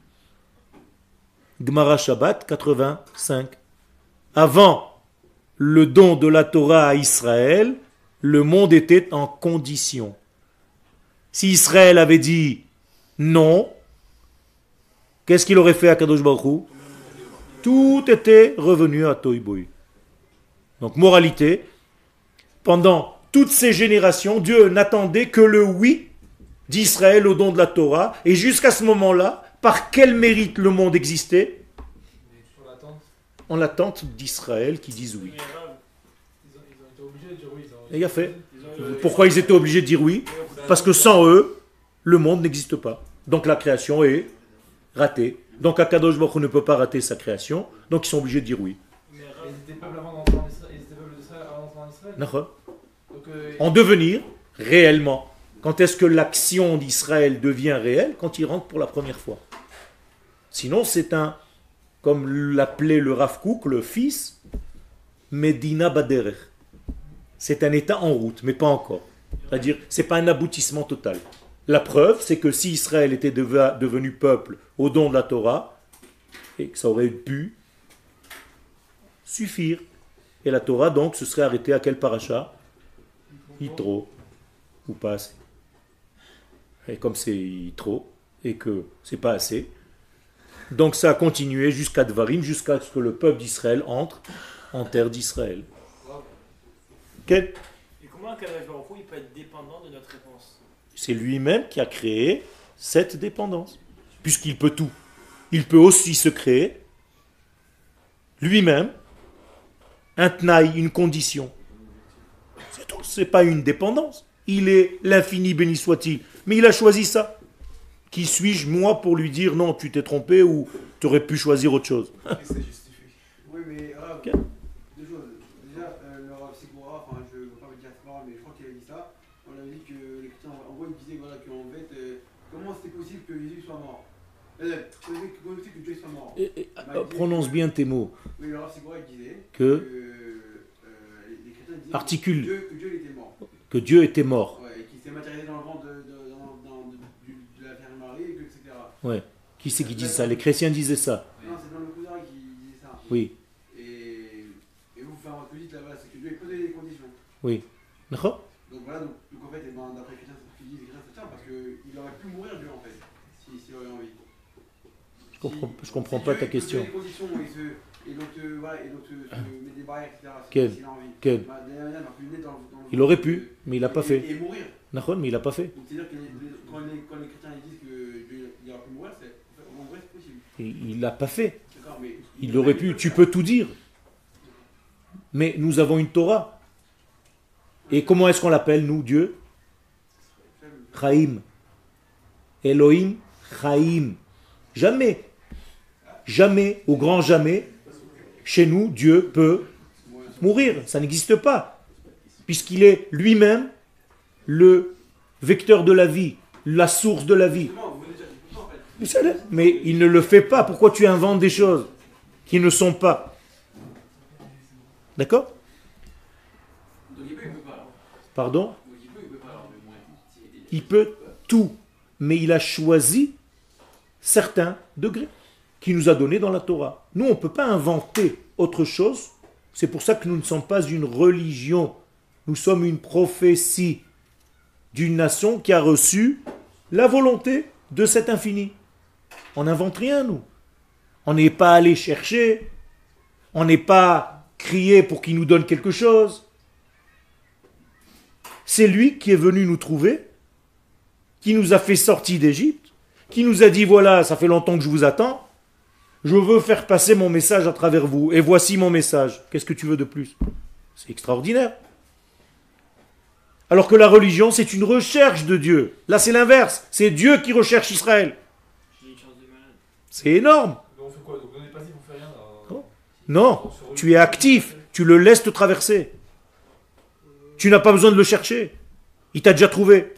Gemara Shabbat 85. Avant le don de la Torah à Israël, le monde était en condition. Si Israël avait dit non, qu'est-ce qu'il aurait fait à Kadosh Baruch Hu? Tout était revenu à Tohu Bohu. Donc, moralité, pendant toutes ces générations, Dieu n'attendait que le oui d'Israël au don de la Torah. Et jusqu'à ce moment-là, par quel mérite le monde existait? En l'attente d'Israël qui disent oui. Ils ont été obligés de dire oui. Et il a fait. Pourquoi ils étaient obligés de dire oui? Parce que sans eux, le monde n'existe pas. Donc la création est ratée. Donc Akadosh Baruch Hu ne peut pas rater sa création. Donc ils sont obligés de dire oui. Ils étaient peuples avant d'entrer en Israël. Ils étaient peuples d'Israël avant d'entrer en Israël. D'accord. Donc, En devenir, réellement. Quand est-ce que l'action d'Israël devient réelle? Quand il rentre pour la première fois. Sinon, c'est un, comme l'appelait le Rav Kook, le fils, Medina Baderech. C'est un état en route, mais pas encore. C'est-à-dire, c'est pas un aboutissement total. La preuve, c'est que si Israël était devenu peuple au don de la Torah, et que ça aurait pu suffire. Et la Torah, donc, se serait arrêtée à quel paracha? Yitro, ou pas assez. Et comme c'est Yitro, et que c'est pas assez, donc ça a continué jusqu'à Dvarim, jusqu'à ce que le peuple d'Israël entre en terre d'Israël. Okay. Et comment Akadosh Baruch Hu, il peut être dépendant de notre réponse? C'est lui-même qui a créé cette dépendance. Puisqu'il peut tout. Il peut aussi se créer lui-même un tnaï, une condition. C'est tout. C'est pas une dépendance. Il est l'infini, béni soit-il. Mais il a choisi ça. Qui suis-je, moi, pour lui dire non, tu t'es trompé ou tu aurais pu choisir autre chose? C'est justifié. Oui, mais Ok. deux choses. Déjà, le Rav Sigura, enfin, je ne veux pas me dire c'est marrant, mais je crois qu'il avait dit ça. On avait dit que les chrétiens, en gros, ils disaient voilà, qu'en fait, comment c'était possible que Jésus soit mort? Comment c'était possible que Dieu soit mort? Prononce bien tes mots. Oui, le Rav Sigura, il disait Que les chrétiens disaient articule. que Dieu était mort. Que Dieu était mort. Ouais, et qu'il s'est matérialisé dans le ventre de la Vierge Marie, etc. Ouais. Qui c'est qui disait ça? Les chrétiens disaient ça. Non, c'est dans le cousin qui disait ça. Oui. Et vous, enfin, ce que vous dites là-bas, c'est que Dieu a posé des conditions. Oui. D'accord? Donc voilà, donc en fait, d'après les chrétiens, ce qu'ils disent, les chrétiens, c'est ça, parce que qu'il aurait pu mourir Dieu en fait, s'il aurait envie. Je comprends pas ta question. Les conditions et donc voilà, et donc se met des barrières, etc. Quel s'il a envie. Quel Bah, Daniel va plus naître dans le- Il aurait pu, mais il l'a pas fait. Et mourir. Nahon, mais il l'a pas fait. Donc c'est-à-dire que quand les chrétiens ils disent que Dieu il aurait pu mourir, en vrai c'est possible. Et il l'a pas fait. D'accord, mais Il aurait pu. Tu peux tout dire. Mais nous avons une Torah. Et comment est-ce qu'on l'appelle, nous, Dieu? Chaim. Elohim, Chaim. Jamais. Jamais, au grand jamais, chez nous, Dieu peut mourir. Ça n'existe pas. Puisqu'il est lui-même le vecteur de la vie, la source de la vie. Mais il ne le fait pas. Pourquoi tu inventes des choses qui ne sont pas? D'accord? Pardon? Il peut tout. Mais il a choisi certains degrés qu'il nous a donnés dans la Torah. Nous, on ne peut pas inventer autre chose. C'est pour ça que nous ne sommes pas une religion. Nous sommes une prophétie d'une nation qui a reçu la volonté de cet infini. On n'invente rien, nous. On n'est pas allé chercher. On n'est pas crié pour qu'il nous donne quelque chose. C'est lui qui est venu nous trouver, qui nous a fait sortir d'Égypte, qui nous a dit, voilà, ça fait longtemps que je vous attends, je veux faire passer mon message à travers vous, et voici mon message. Qu'est-ce que tu veux de plus? C'est extraordinaire. Alors que la religion, c'est une recherche de Dieu. Là, c'est l'inverse. C'est Dieu qui recherche Israël. C'est énorme. On fait quoi? Donc on est passif, on fait rien. Non, tu es actif. Tu le laisses te traverser. Tu n'as pas besoin de le chercher. Il t'a déjà trouvé.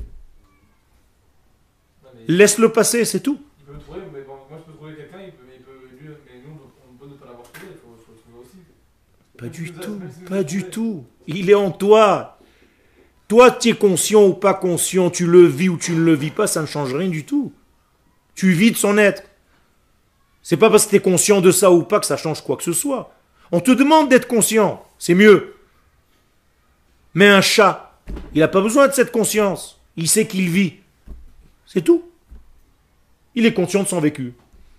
Laisse-le passer, c'est tout. Il peut me trouver, mais bon, moi je peux trouver quelqu'un, lui, mais nous on peut ne pas l'avoir trouvé, il faut le trouver aussi. Pas du tout, pas du tout. Il est en toi. Toi, tu es conscient ou pas conscient, tu le vis ou tu ne le vis pas, ça ne change rien du tout. Tu vis de son être. C'est pas parce que tu es conscient de ça ou pas que ça change quoi que ce soit. On te demande d'être conscient, c'est mieux. Mais un chat, il n'a pas besoin de cette conscience. Il sait qu'il vit. C'est tout. Il est conscient de son vécu.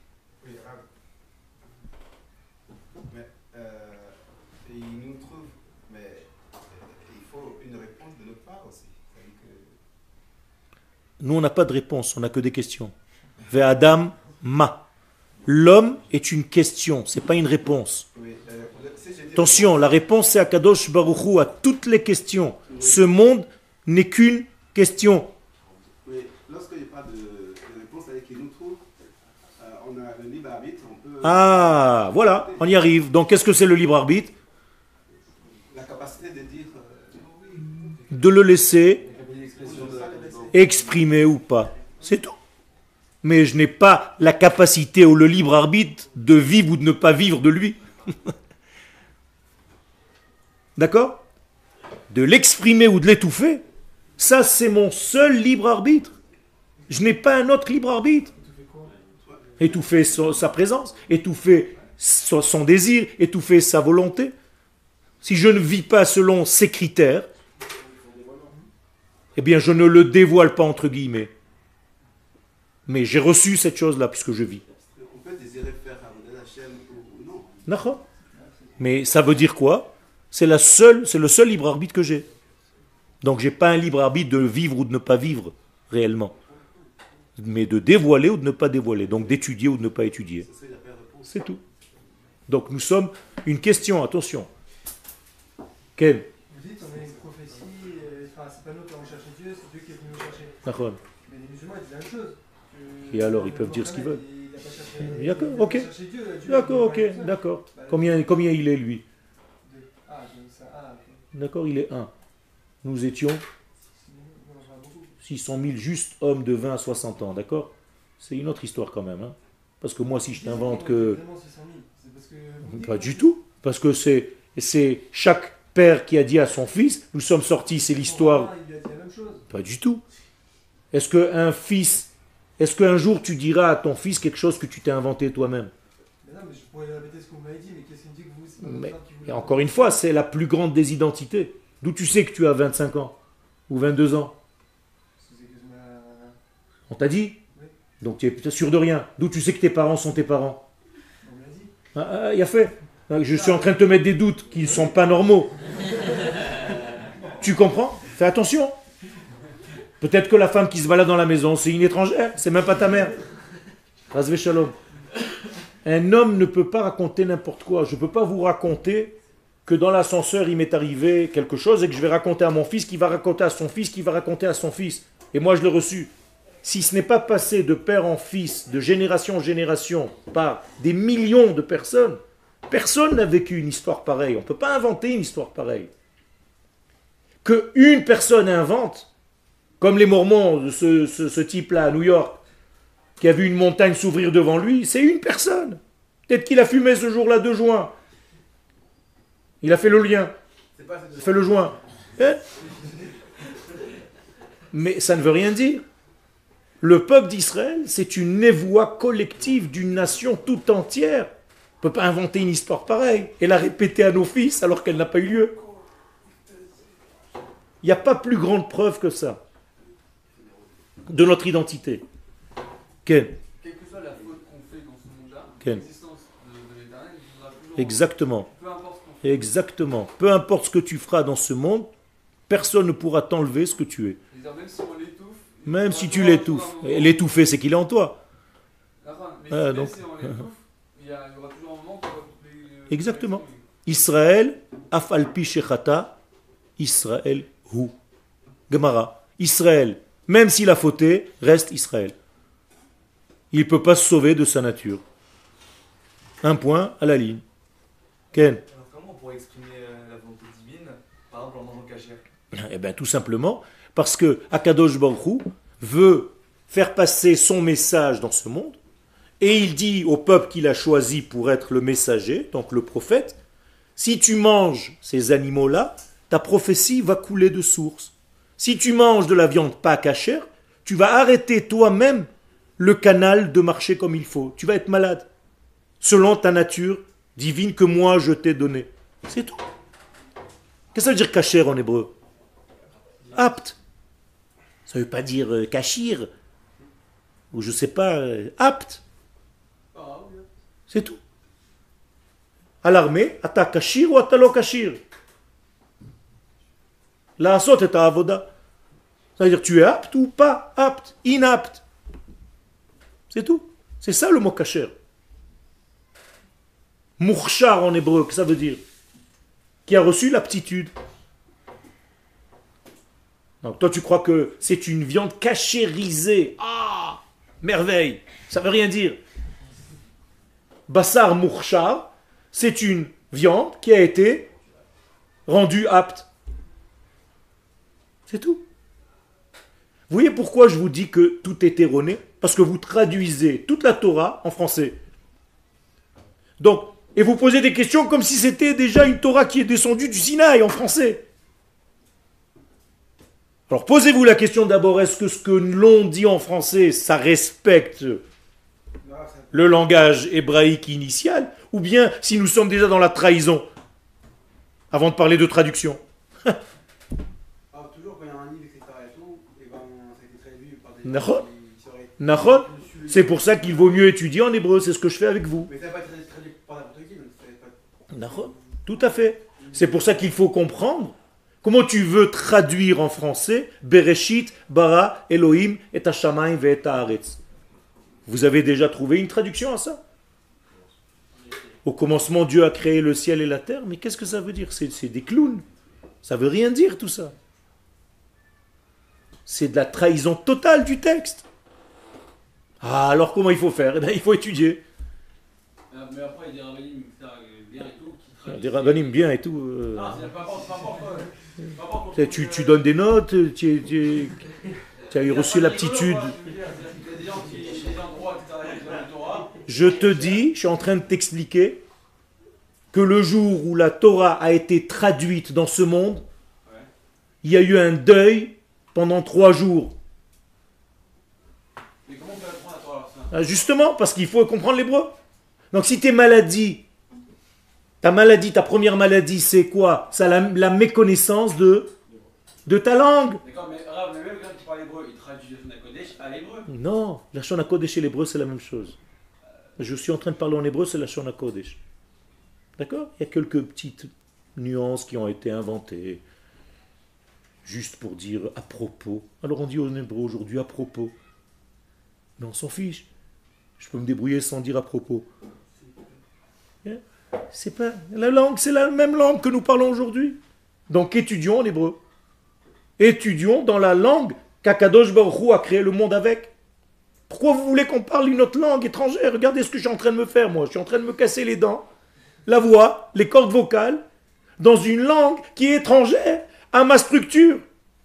Mais il nous trouve, mais il faut une réponse de notre part aussi. Nous, on n'a pas de réponse, on n'a que des questions. Ve Adam ma. L'homme est une question, c'est pas une réponse. Attention, la réponse c'est Akadosh Baruch Hu à toutes les questions. Ce monde n'est qu'une question. Oui, lorsqu'il n'y a pas de réponse avec qui nous trouve, on a le libre arbitre, on peut... Ah, voilà, on y arrive. Donc qu'est-ce que c'est le libre arbitre? La capacité de dire... De le laisser exprimer ou pas. C'est tout. Mais je n'ai pas la capacité ou le libre arbitre de vivre ou de ne pas vivre de lui. D'accord? De l'exprimer ou de l'étouffer, ça c'est mon seul libre arbitre. Je n'ai pas un autre libre arbitre. Étouffer sa présence, étouffer son désir, étouffer sa volonté. Si je ne vis pas selon ces critères, eh bien je ne le dévoile pas entre guillemets. Mais j'ai reçu cette chose-là puisque je vis. On peut désirer faire Avodat Hashem ou non. D'accord. Mais ça veut dire quoi? C'est le seul libre arbitre que j'ai. Donc j'ai pas un libre arbitre de vivre ou de ne pas vivre réellement. Mais de dévoiler ou de ne pas dévoiler. Donc d'étudier ou de ne pas étudier. C'est tout. Donc nous sommes une question, attention. Quelle? Vous dites on a une prophétie, enfin c'est pas nous qui avons cherché Dieu, c'est Dieu qui est venu nous chercher. D'accord. Mais les musulmans ils disent la même chose. Et alors ils peuvent dire ce qu'ils veulent. Il n'a pas cherché, D'accord, ok. il a cherché Dieu, Dieu D'accord, il a ok, pas cherché. d'accord. Bah, Combien il est lui? Ah, donc ça, ok. D'accord, il est 1. Nous étions 600 000 juste hommes de 20 à 60 ans, d'accord? C'est une autre histoire quand même. Hein? Parce que moi, si je t'invente que... Pas du tout. Parce que c'est chaque père qui a dit à son fils, nous sommes sortis, c'est l'histoire... Pas du tout. Est-ce qu'un jour tu diras à ton fils quelque chose que tu t'es inventé toi-même? Non, mais je pourrais répéter ce que vous m'avez dit, mais qu'est-ce qu'il me dit que vous... Mais, et encore une fois, c'est la plus grande des identités. D'où tu sais que tu as 25 ans ou 22 ans? On t'a dit? Donc tu es peut-être sûr de rien. D'où tu sais que tes parents sont tes parents? Il a fait. Je suis en train de te mettre des doutes qui ne sont pas normaux. Tu comprends? Fais attention. Peut-être que la femme qui se balade dans la maison, c'est une étrangère, c'est même pas ta mère. Razvé shalom. Un homme ne peut pas raconter n'importe quoi. Je ne peux pas vous raconter que dans l'ascenseur, il m'est arrivé quelque chose et que je vais raconter à mon fils, qui va raconter à son fils, qui va raconter à son fils. Et moi, je l'ai reçu. Si ce n'est pas passé de père en fils, de génération en génération, par des millions de personnes, personne n'a vécu une histoire pareille. On ne peut pas inventer une histoire pareille. Qu'une personne invente, comme les Mormons, ce type-là à New York, qui a vu une montagne s'ouvrir devant lui, c'est une personne. Peut-être qu'il a fumé ce jour-là de joint. Il a fait le lien. Il a fait le joint. Mais ça ne veut rien dire. Le peuple d'Israël, c'est une névoie collective d'une nation tout entière. On ne peut pas inventer une histoire pareille et la répéter à nos fils alors qu'elle n'a pas eu lieu. Il n'y a pas plus grande preuve que ça de notre identité. Quelle que soit la faute qu'on fait dans ce monde-là, Quelle l'existence de l'éternel, il faudra toujours. Exactement. Peu importe ce qu'on fait. Exactement. Peu importe ce que tu feras dans ce monde, personne ne pourra t'enlever ce que tu es. C'est-à-dire, même si on l'étouffe. Même si tu l'étouffes. Et l'étouffer, c'est qu'il est en toi. Mais donc. si on l'étouffe, il y aura toujours un moment où on va couper. Exactement. Israël, afalpi shechata, Israël hu. Gemara. Israël, même s'il a fauté, reste Israël. Il ne peut pas se sauver de sa nature. Un point à la ligne. Ken? Alors comment on pourrait exprimer la volonté divine, par exemple en mangeant cachère? Eh bien tout simplement parce que Akadosh Baruch Hu veut faire passer son message dans ce monde et il dit au peuple qu'il a choisi pour être le messager, donc le prophète, si tu manges ces animaux-là, ta prophétie va couler de source. Si tu manges de la viande pas cachère, tu vas arrêter toi-même le canal de marcher comme il faut. Tu vas être malade, selon ta nature divine que moi je t'ai donnée. C'est tout. Qu'est-ce que ça veut dire cachère en hébreu? Apte. Ça ne veut pas dire kashir, ou je sais pas, apte. C'est tout. À l'armée, ata kashir ou ata lo kashir. La asot est à avoda. Ça veut dire tu es apte ou pas apte, inapte. C'est tout. C'est ça le mot kasher. Mourchar en hébreu, que ça veut dire? Qui a reçu l'aptitude. Donc toi tu crois que c'est une viande cachérisée. Ah, merveille. Ça veut rien dire. Bassar mourchar, c'est une viande qui a été rendue apte. C'est tout. Vous voyez pourquoi je vous dis que tout est erroné? Parce que vous traduisez toute la Torah en français. Donc, et vous posez des questions comme si c'était déjà une Torah qui est descendue du Sinaï en français. Alors posez-vous la question d'abord, est-ce que ce que l'on dit en français, ça respecte le langage hébraïque initial, ou bien si nous sommes déjà dans la trahison, avant de parler de traduction? Alors toujours quand il y a un livre, etc. et tout, et ben, ça a été traduit par des Nahon. qui seraient... Nahon. C'est pour ça qu'il vaut mieux étudier en hébreu, c'est ce que je fais avec vous. Mais ça n'a pas été traduit par n'importe qui, donc ça va pas... Nahon. Tout à fait. C'est pour ça qu'il faut comprendre comment tu veux traduire en français Bereshit, bara, Elohim, et Hashamayim, et Haaretz. Vous avez déjà trouvé une traduction à ça? Au commencement, Dieu a créé le ciel et la terre, mais qu'est-ce que ça veut dire? C'est des clowns. Ça veut rien dire tout ça. C'est de la trahison totale du texte. Ah, alors comment il faut faire? Eh bien, il faut étudier. Mais après, il y a des rabbinim bien et tout qui traduisent. Des rabbinim bien et tout. Ah, c'est pas importe. Tu donnes des notes, tu as reçu l'aptitude. Il y a des gens qui, des endroits, etc., qui donnent la Torah. Je te dis, je suis en train de t'expliquer que le jour où la Torah a été traduite dans ce monde, il y a eu un deuil pendant 3 jours. Mais comment on peut apprendre la Torah alors, ça? Justement, parce qu'il faut comprendre l'hébreu. Donc si tes maladies, ta première maladie, c'est quoi? C'est la méconnaissance de ta langue. D'accord, mais Rav, mais même quand tu parlais hébreu, il traduit la Kodesh à l'hébreu. Non, la Shon HaKodesh et l'hébreu, c'est la même chose. Je suis en train de parler en hébreu, c'est la Shon HaKodesh. D'accord? Il y a quelques petites nuances qui ont été inventées, juste pour dire à propos. Alors on dit en hébreu aujourd'hui à propos. Mais on s'en fiche. Je peux me débrouiller sans dire à propos. C'est pas la langue, c'est la même langue que nous parlons aujourd'hui. Donc étudions en hébreu. Étudions dans la langue qu'Akadosh Baruch Hu a créé le monde avec. Pourquoi vous voulez qu'on parle une autre langue étrangère? Regardez ce que je suis en train de me faire, moi. Je suis en train de me casser les dents, la voix, les cordes vocales, dans une langue qui est étrangère à ma structure.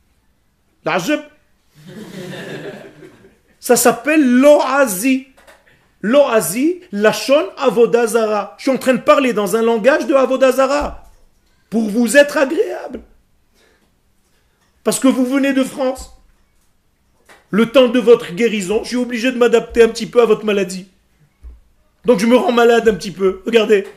Ça s'appelle l'oazi. L'oazi, lachon avodazara. Je suis en train de parler dans un langage de avodazara pour vous être agréable. Parce que vous venez de France. Le temps de votre guérison, je suis obligé de m'adapter un petit peu à votre maladie. Donc je me rends malade un petit peu. Regardez.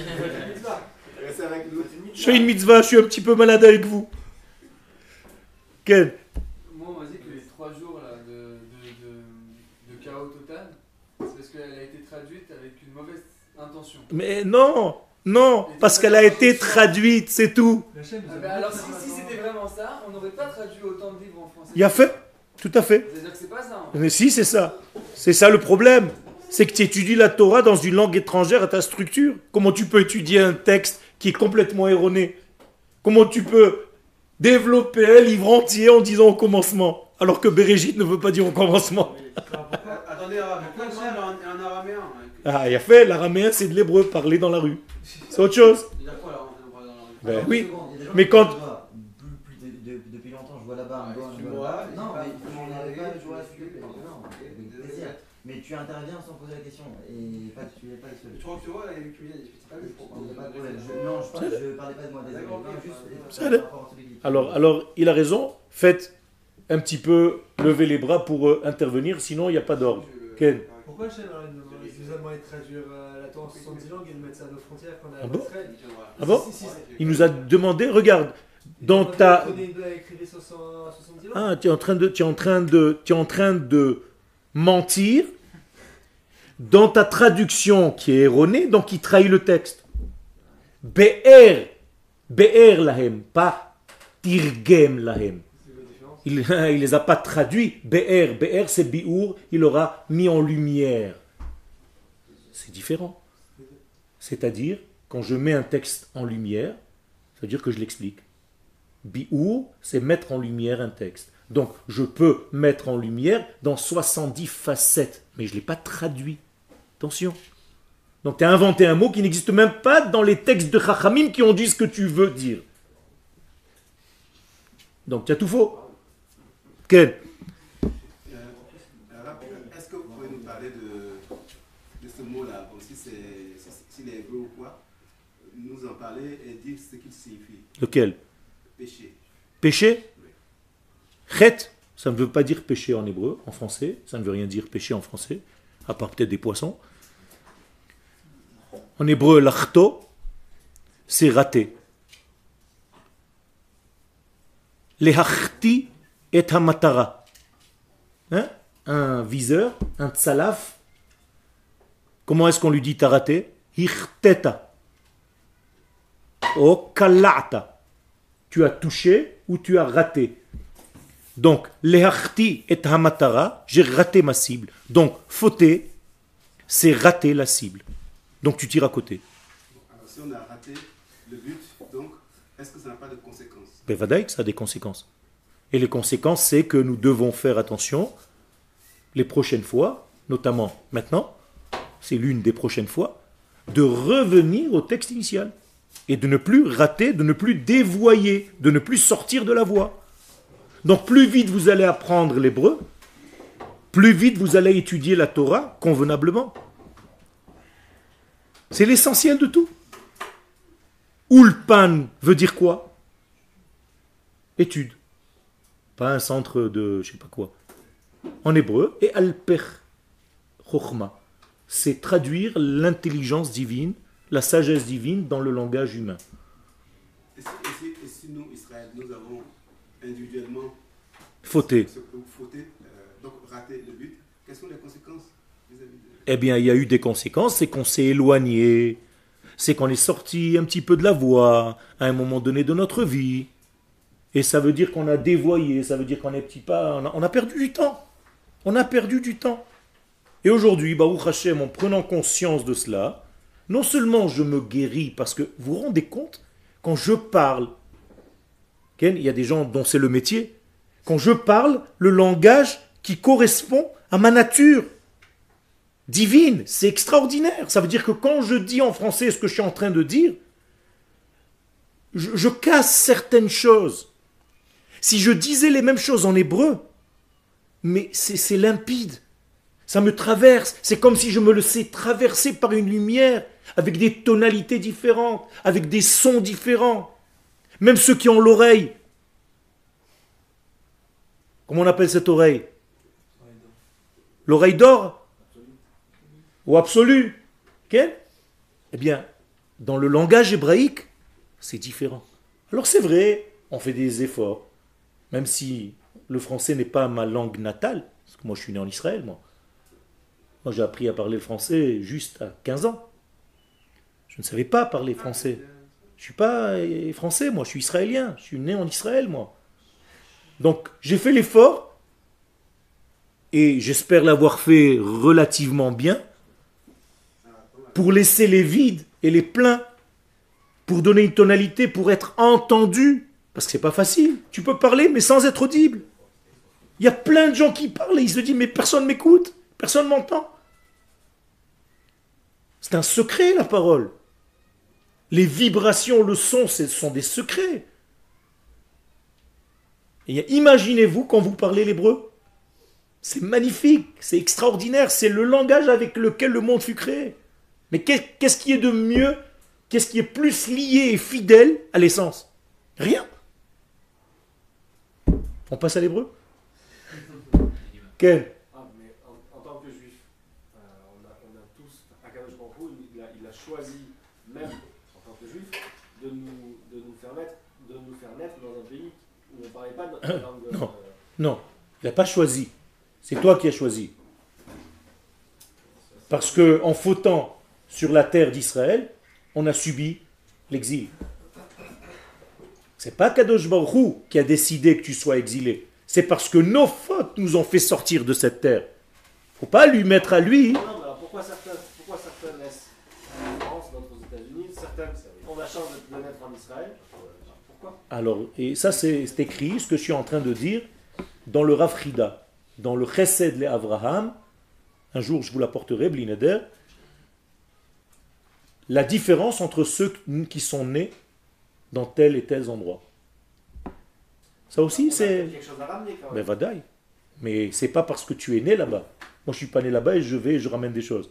Je fais une mitzvah, je suis un petit peu malade avec vous. Ken? Moi, on m'a dit que les 3 jours là, de chaos total, c'est parce qu'elle a été traduite avec une mauvaise intention. Mais non, non, parce qu'elle a été traduite, c'est tout. Alors si c'était vraiment ça, on n'aurait pas traduit autant de livres en français. Il y a fait, tout à fait. C'est-à-dire que c'est pas ça. Mais si, c'est ça. C'est ça le problème. C'est que tu étudies la Torah dans une langue étrangère à ta structure. Comment tu peux étudier un texte qui est complètement erroné? Comment tu peux développer un livre entier en disant au commencement, alors que Bereshit ne veut pas dire au commencement? Attendez, pourquoi un araméen? Ah, il a fait, l'araméen c'est de l'hébreu parlé dans la rue. C'est autre chose. Ben oui, mais quand... Depuis longtemps, je vois là-bas un doigt. Non, mais on n'avait pas le joueur à avec plaisir. Mais tu interviens sans poser la question. Et pas, tu n'es pas le seul. Tu crois que tu vois, il y a c'est pas lui. Pas de problème. Non, je parlais pas de moi, désolé. Alors, il a raison. Faites un petit peu lever les bras pour intervenir, sinon il n'y a pas d'ordre. Ken? Pourquoi Hachem nous a demandé de traduire la Torah en 70 langues et de mettre ça à nos frontières quand on a Ah bon? Israël? Ah bon? Il nous a demandé, regarde, dans ta... Ah, tu es en train de mentir dans ta traduction qui est erronée, donc il trahit le texte. Be'er lahem, pas tirgem lahem. Il les a pas traduits. Be'er c'est bi'ur, il aura mis en lumière. C'est différent. C'est-à-dire, quand je mets un texte en lumière, ça veut dire que je l'explique. Bi'ur, c'est mettre en lumière un texte. Donc, je peux mettre en lumière dans 70 facettes, mais je ne l'ai pas traduit. Attention. Donc, tu as inventé un mot qui n'existe même pas dans les textes de Chachamim qui ont dit ce que tu veux dire. Donc, tu as tout faux. Quel? Est-ce que vous pouvez nous parler de ce mot-là, comme si s'il est hébreu ou quoi, nous en parler et dire ce qu'il signifie? Lequel? Péché. Péché? Chet, ça ne veut pas dire péché en hébreu, en français. Ça ne veut rien dire péché en français, à part peut-être des poissons. En hébreu, l'achto, c'est raté. Lehachti et hamatara. Hein? Un viseur, un tsalaf. Comment est-ce qu'on lui dit t'as raté? Hirteta. O kalata. Tu as touché ou tu as raté. Donc, lehachti et hamatara, j'ai raté ma cible. Donc, fauter, c'est rater la cible. Donc, tu tires à côté. Alors, si on a raté le but, donc, est-ce que ça n'a pas de conséquences? Ben, vadaï que ça a des conséquences. Et les conséquences, c'est que nous devons faire attention les prochaines fois, notamment maintenant, c'est l'une des prochaines fois, de revenir au texte initial. Et de ne plus rater, de ne plus dévoyer, de ne plus sortir de la voie. Donc plus vite vous allez apprendre l'hébreu, plus vite vous allez étudier la Torah convenablement. C'est l'essentiel de tout. Ulpan veut dire quoi? Étude. Pas un centre de je sais pas quoi. En hébreu, et alper chokhma, c'est traduire l'intelligence divine, la sagesse divine dans le langage humain. Et si nous, Israël, nous avons individuellement Fauter. Donc rater le but. Quelles sont les conséquences vis-à-vis de... Eh bien, il y a eu des conséquences, c'est qu'on s'est éloigné, c'est qu'on est sorti un petit peu de la voie à un moment donné de notre vie. Et ça veut dire qu'on a dévoyé, ça veut dire qu'on est petit pas, on a perdu du temps. On a perdu du temps. Et aujourd'hui, Baruch Hashem, en prenant conscience de cela, non seulement je me guéris, parce que vous vous rendez compte, quand je parle, Ken, il y a des gens dont c'est le métier, quand je parle le langage qui correspond à ma nature divine, c'est extraordinaire. Ça veut dire que quand je dis en français ce que je suis en train de dire, je casse certaines choses. Si je disais les mêmes choses en hébreu, mais c'est limpide. Ça me traverse. C'est comme si je me laissais traverser par une lumière avec des tonalités différentes, avec des sons différents. Même ceux qui ont l'oreille. Comment on appelle cette oreille? L'oreille d'or? Ou absolue? Quel? Eh bien, dans le langage hébraïque, c'est différent. Alors c'est vrai, on fait des efforts. Même si le français n'est pas ma langue natale, parce que moi je suis né en Israël, moi. Moi j'ai appris à parler le français juste à 15 ans. Je ne savais pas parler français. Je ne suis pas français, moi, je suis israélien. Je suis né en Israël, moi. Donc j'ai fait l'effort, et j'espère l'avoir fait relativement bien, pour laisser les vides et les pleins, pour donner une tonalité, pour être entendu. Parce que c'est pas facile. Tu peux parler, mais sans être audible. Il y a plein de gens qui parlent et ils se disent, mais personne ne m'écoute, personne ne m'entend. C'est un secret, la parole. Les vibrations, le son, ce sont des secrets. Et imaginez-vous quand vous parlez l'hébreu. C'est magnifique, c'est extraordinaire, c'est le langage avec lequel le monde fut créé. Mais qu'est-ce qui est de mieux, qu'est-ce qui est plus lié et fidèle à l'essence? Rien. On passe à l'hébreu? Quel? Mais en tant que juif, on a tous, Akadosh Baruch Hu, il a choisi, même en tant que juif, de nous faire naître dans un pays où on ne parlait pas notre langue. Non, il n'a pas choisi. C'est toi qui as choisi. Parce que en fautant sur la terre d'Israël, on a subi l'exil. C'est pas Kadosh Baruch Hu qui a décidé que tu sois exilé. C'est parce que nos fautes nous ont fait sortir de cette terre. Faut pas lui mettre à lui. Non, mais alors pourquoi certains naissent en France, d'autres aux États-Unis, certains ont la chance de naître en Israël? Pourquoi? Alors, et ça c'est écrit, ce que je suis en train de dire, dans le Rav Chida, dans le Chesed le Avraham. Un jour je vous l'apporterai, Blineder. La différence entre ceux qui sont nés dans tel et tel endroit. Ça aussi, c'est... quelque chose à ramener quand même. Ben, vadaï. Mais c'est pas parce que tu es né là-bas. Moi, je suis pas né là-bas et je ramène des choses.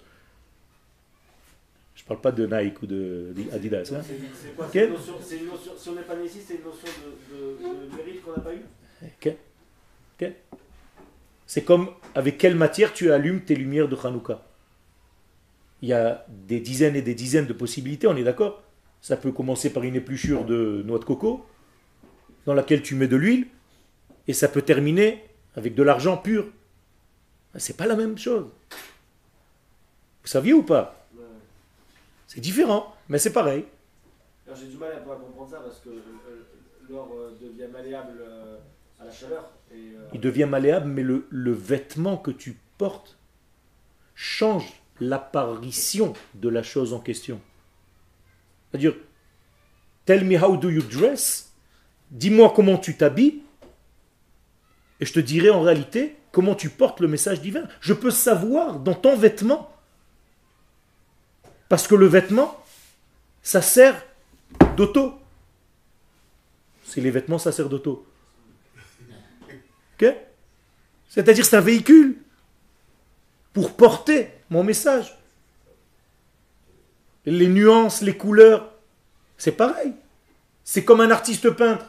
Je parle pas de Nike ou de Adidas. Hein. C'est quoi? Okay. C'est une notion, si on n'est pas né ici, c'est une notion de mérite qu'on n'a pas eu? Okay. C'est comme avec quelle matière tu allumes tes lumières de Hanouka. Il y a des dizaines et des dizaines de possibilités, on est d'accord? Ça peut commencer par une épluchure de noix de coco, dans laquelle tu mets de l'huile, et ça peut terminer avec de l'argent pur. C'est pas la même chose. Vous saviez ou pas? C'est différent, mais c'est pareil. Alors j'ai du mal à comprendre ça, parce que l'or devient malléable à la chaleur. Il devient malléable, mais le vêtement que tu portes change l'apparition de la chose en question. C'est-à-dire, tell me how do you dress, dis-moi comment tu t'habilles, et je te dirai en réalité comment tu portes le message divin. Je peux savoir dans ton vêtement, parce que le vêtement, ça sert d'auto. C'est les vêtements, ça sert d'auto. Okay? C'est-à-dire c'est un véhicule pour porter mon message. Les nuances, les couleurs, c'est pareil. C'est comme un artiste peintre.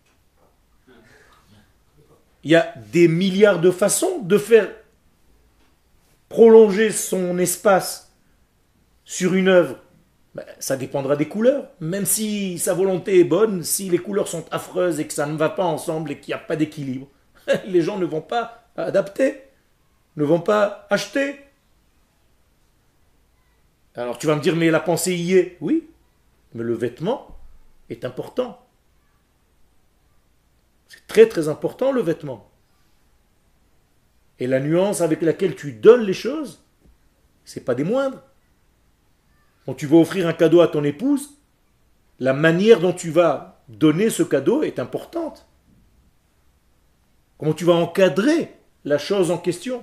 Il y a des milliards de façons de faire prolonger son espace sur une œuvre. Ça dépendra des couleurs. Même si sa volonté est bonne, si les couleurs sont affreuses et que ça ne va pas ensemble et qu'il n'y a pas d'équilibre, Les gens ne vont pas adapter, ne vont pas acheter. Alors tu vas me dire, mais la pensée y est. Oui, mais le vêtement est important. C'est très très important le vêtement. Et la nuance avec laquelle tu donnes les choses, c'est pas des moindres. Quand tu vas offrir un cadeau à ton épouse, la manière dont tu vas donner ce cadeau est importante. Comment tu vas encadrer la chose en question.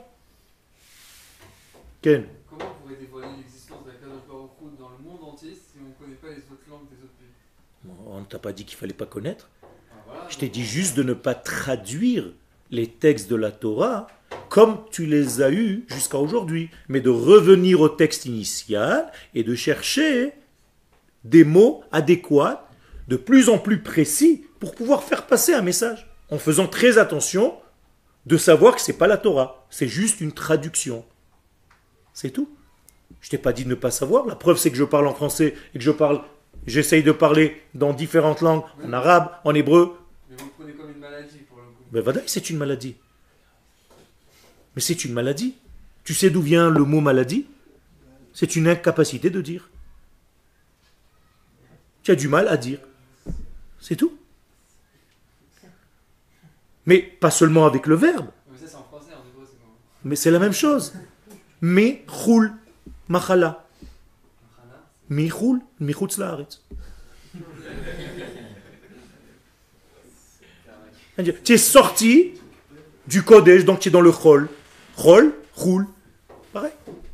Ken? Comment on pourrait dévoiler l'existence d'Akadosh Baruch Hu dans le monde entier si on ne connaît pas les autres langues des autres pays? On ne t'a pas dit qu'il fallait pas connaître. Voilà, Je t'ai dit juste de ne pas traduire les textes de la Torah comme tu les as eus jusqu'à aujourd'hui, mais de revenir au texte initial et de chercher des mots adéquats, de plus en plus précis, pour pouvoir faire passer un message, en faisant très attention de savoir que ce n'est pas la Torah, c'est juste une traduction. C'est tout. Je t'ai pas dit de ne pas savoir, la preuve c'est que je parle en français et que j'essaye de parler dans différentes langues, en arabe, en hébreu. mais vous le prenez comme une maladie pour le coup. Ben voilà, c'est une maladie. Mais c'est une maladie. Tu sais d'où vient le mot maladie? C'est une incapacité de dire. Tu as du mal à dire. C'est tout. Mais pas seulement avec le verbe. Mais ça c'est en français, en hébreu c'est comment? Mais c'est la même chose. Mais roule, machala. Mi roule, mi chutz laaretz. Tu es sorti du Kodesh, donc tu es dans le Chol. Chol, roule, pareil.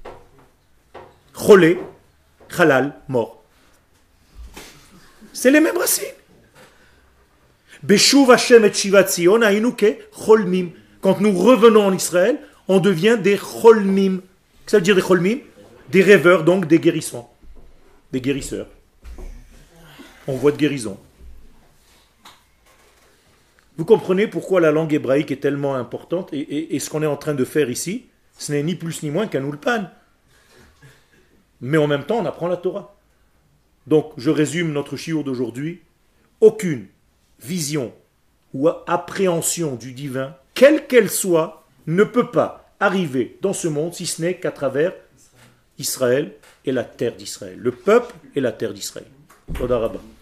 Cholé, halal, mort. C'est les mêmes racines. Beshuv Hashem et Shivat Zion, aïnouke, cholmim. Quand nous revenons en Israël, on devient des cholmim. Qu'est-ce que ça veut dire des cholmim? Des rêveurs, donc des guérissons. Des guérisseurs. On voit de guérison. Vous comprenez pourquoi la langue hébraïque est tellement importante et ce qu'on est en train de faire ici, ce n'est ni plus ni moins qu'un ulpan. Mais en même temps, on apprend la Torah. Donc, je résume notre shiur d'aujourd'hui. Aucune vision ou appréhension du divin, quelle qu'elle soit, ne peut pas arriver dans ce monde si ce n'est qu'à travers Israël et la terre d'Israël. Le peuple et la terre d'Israël. Toda Rabba.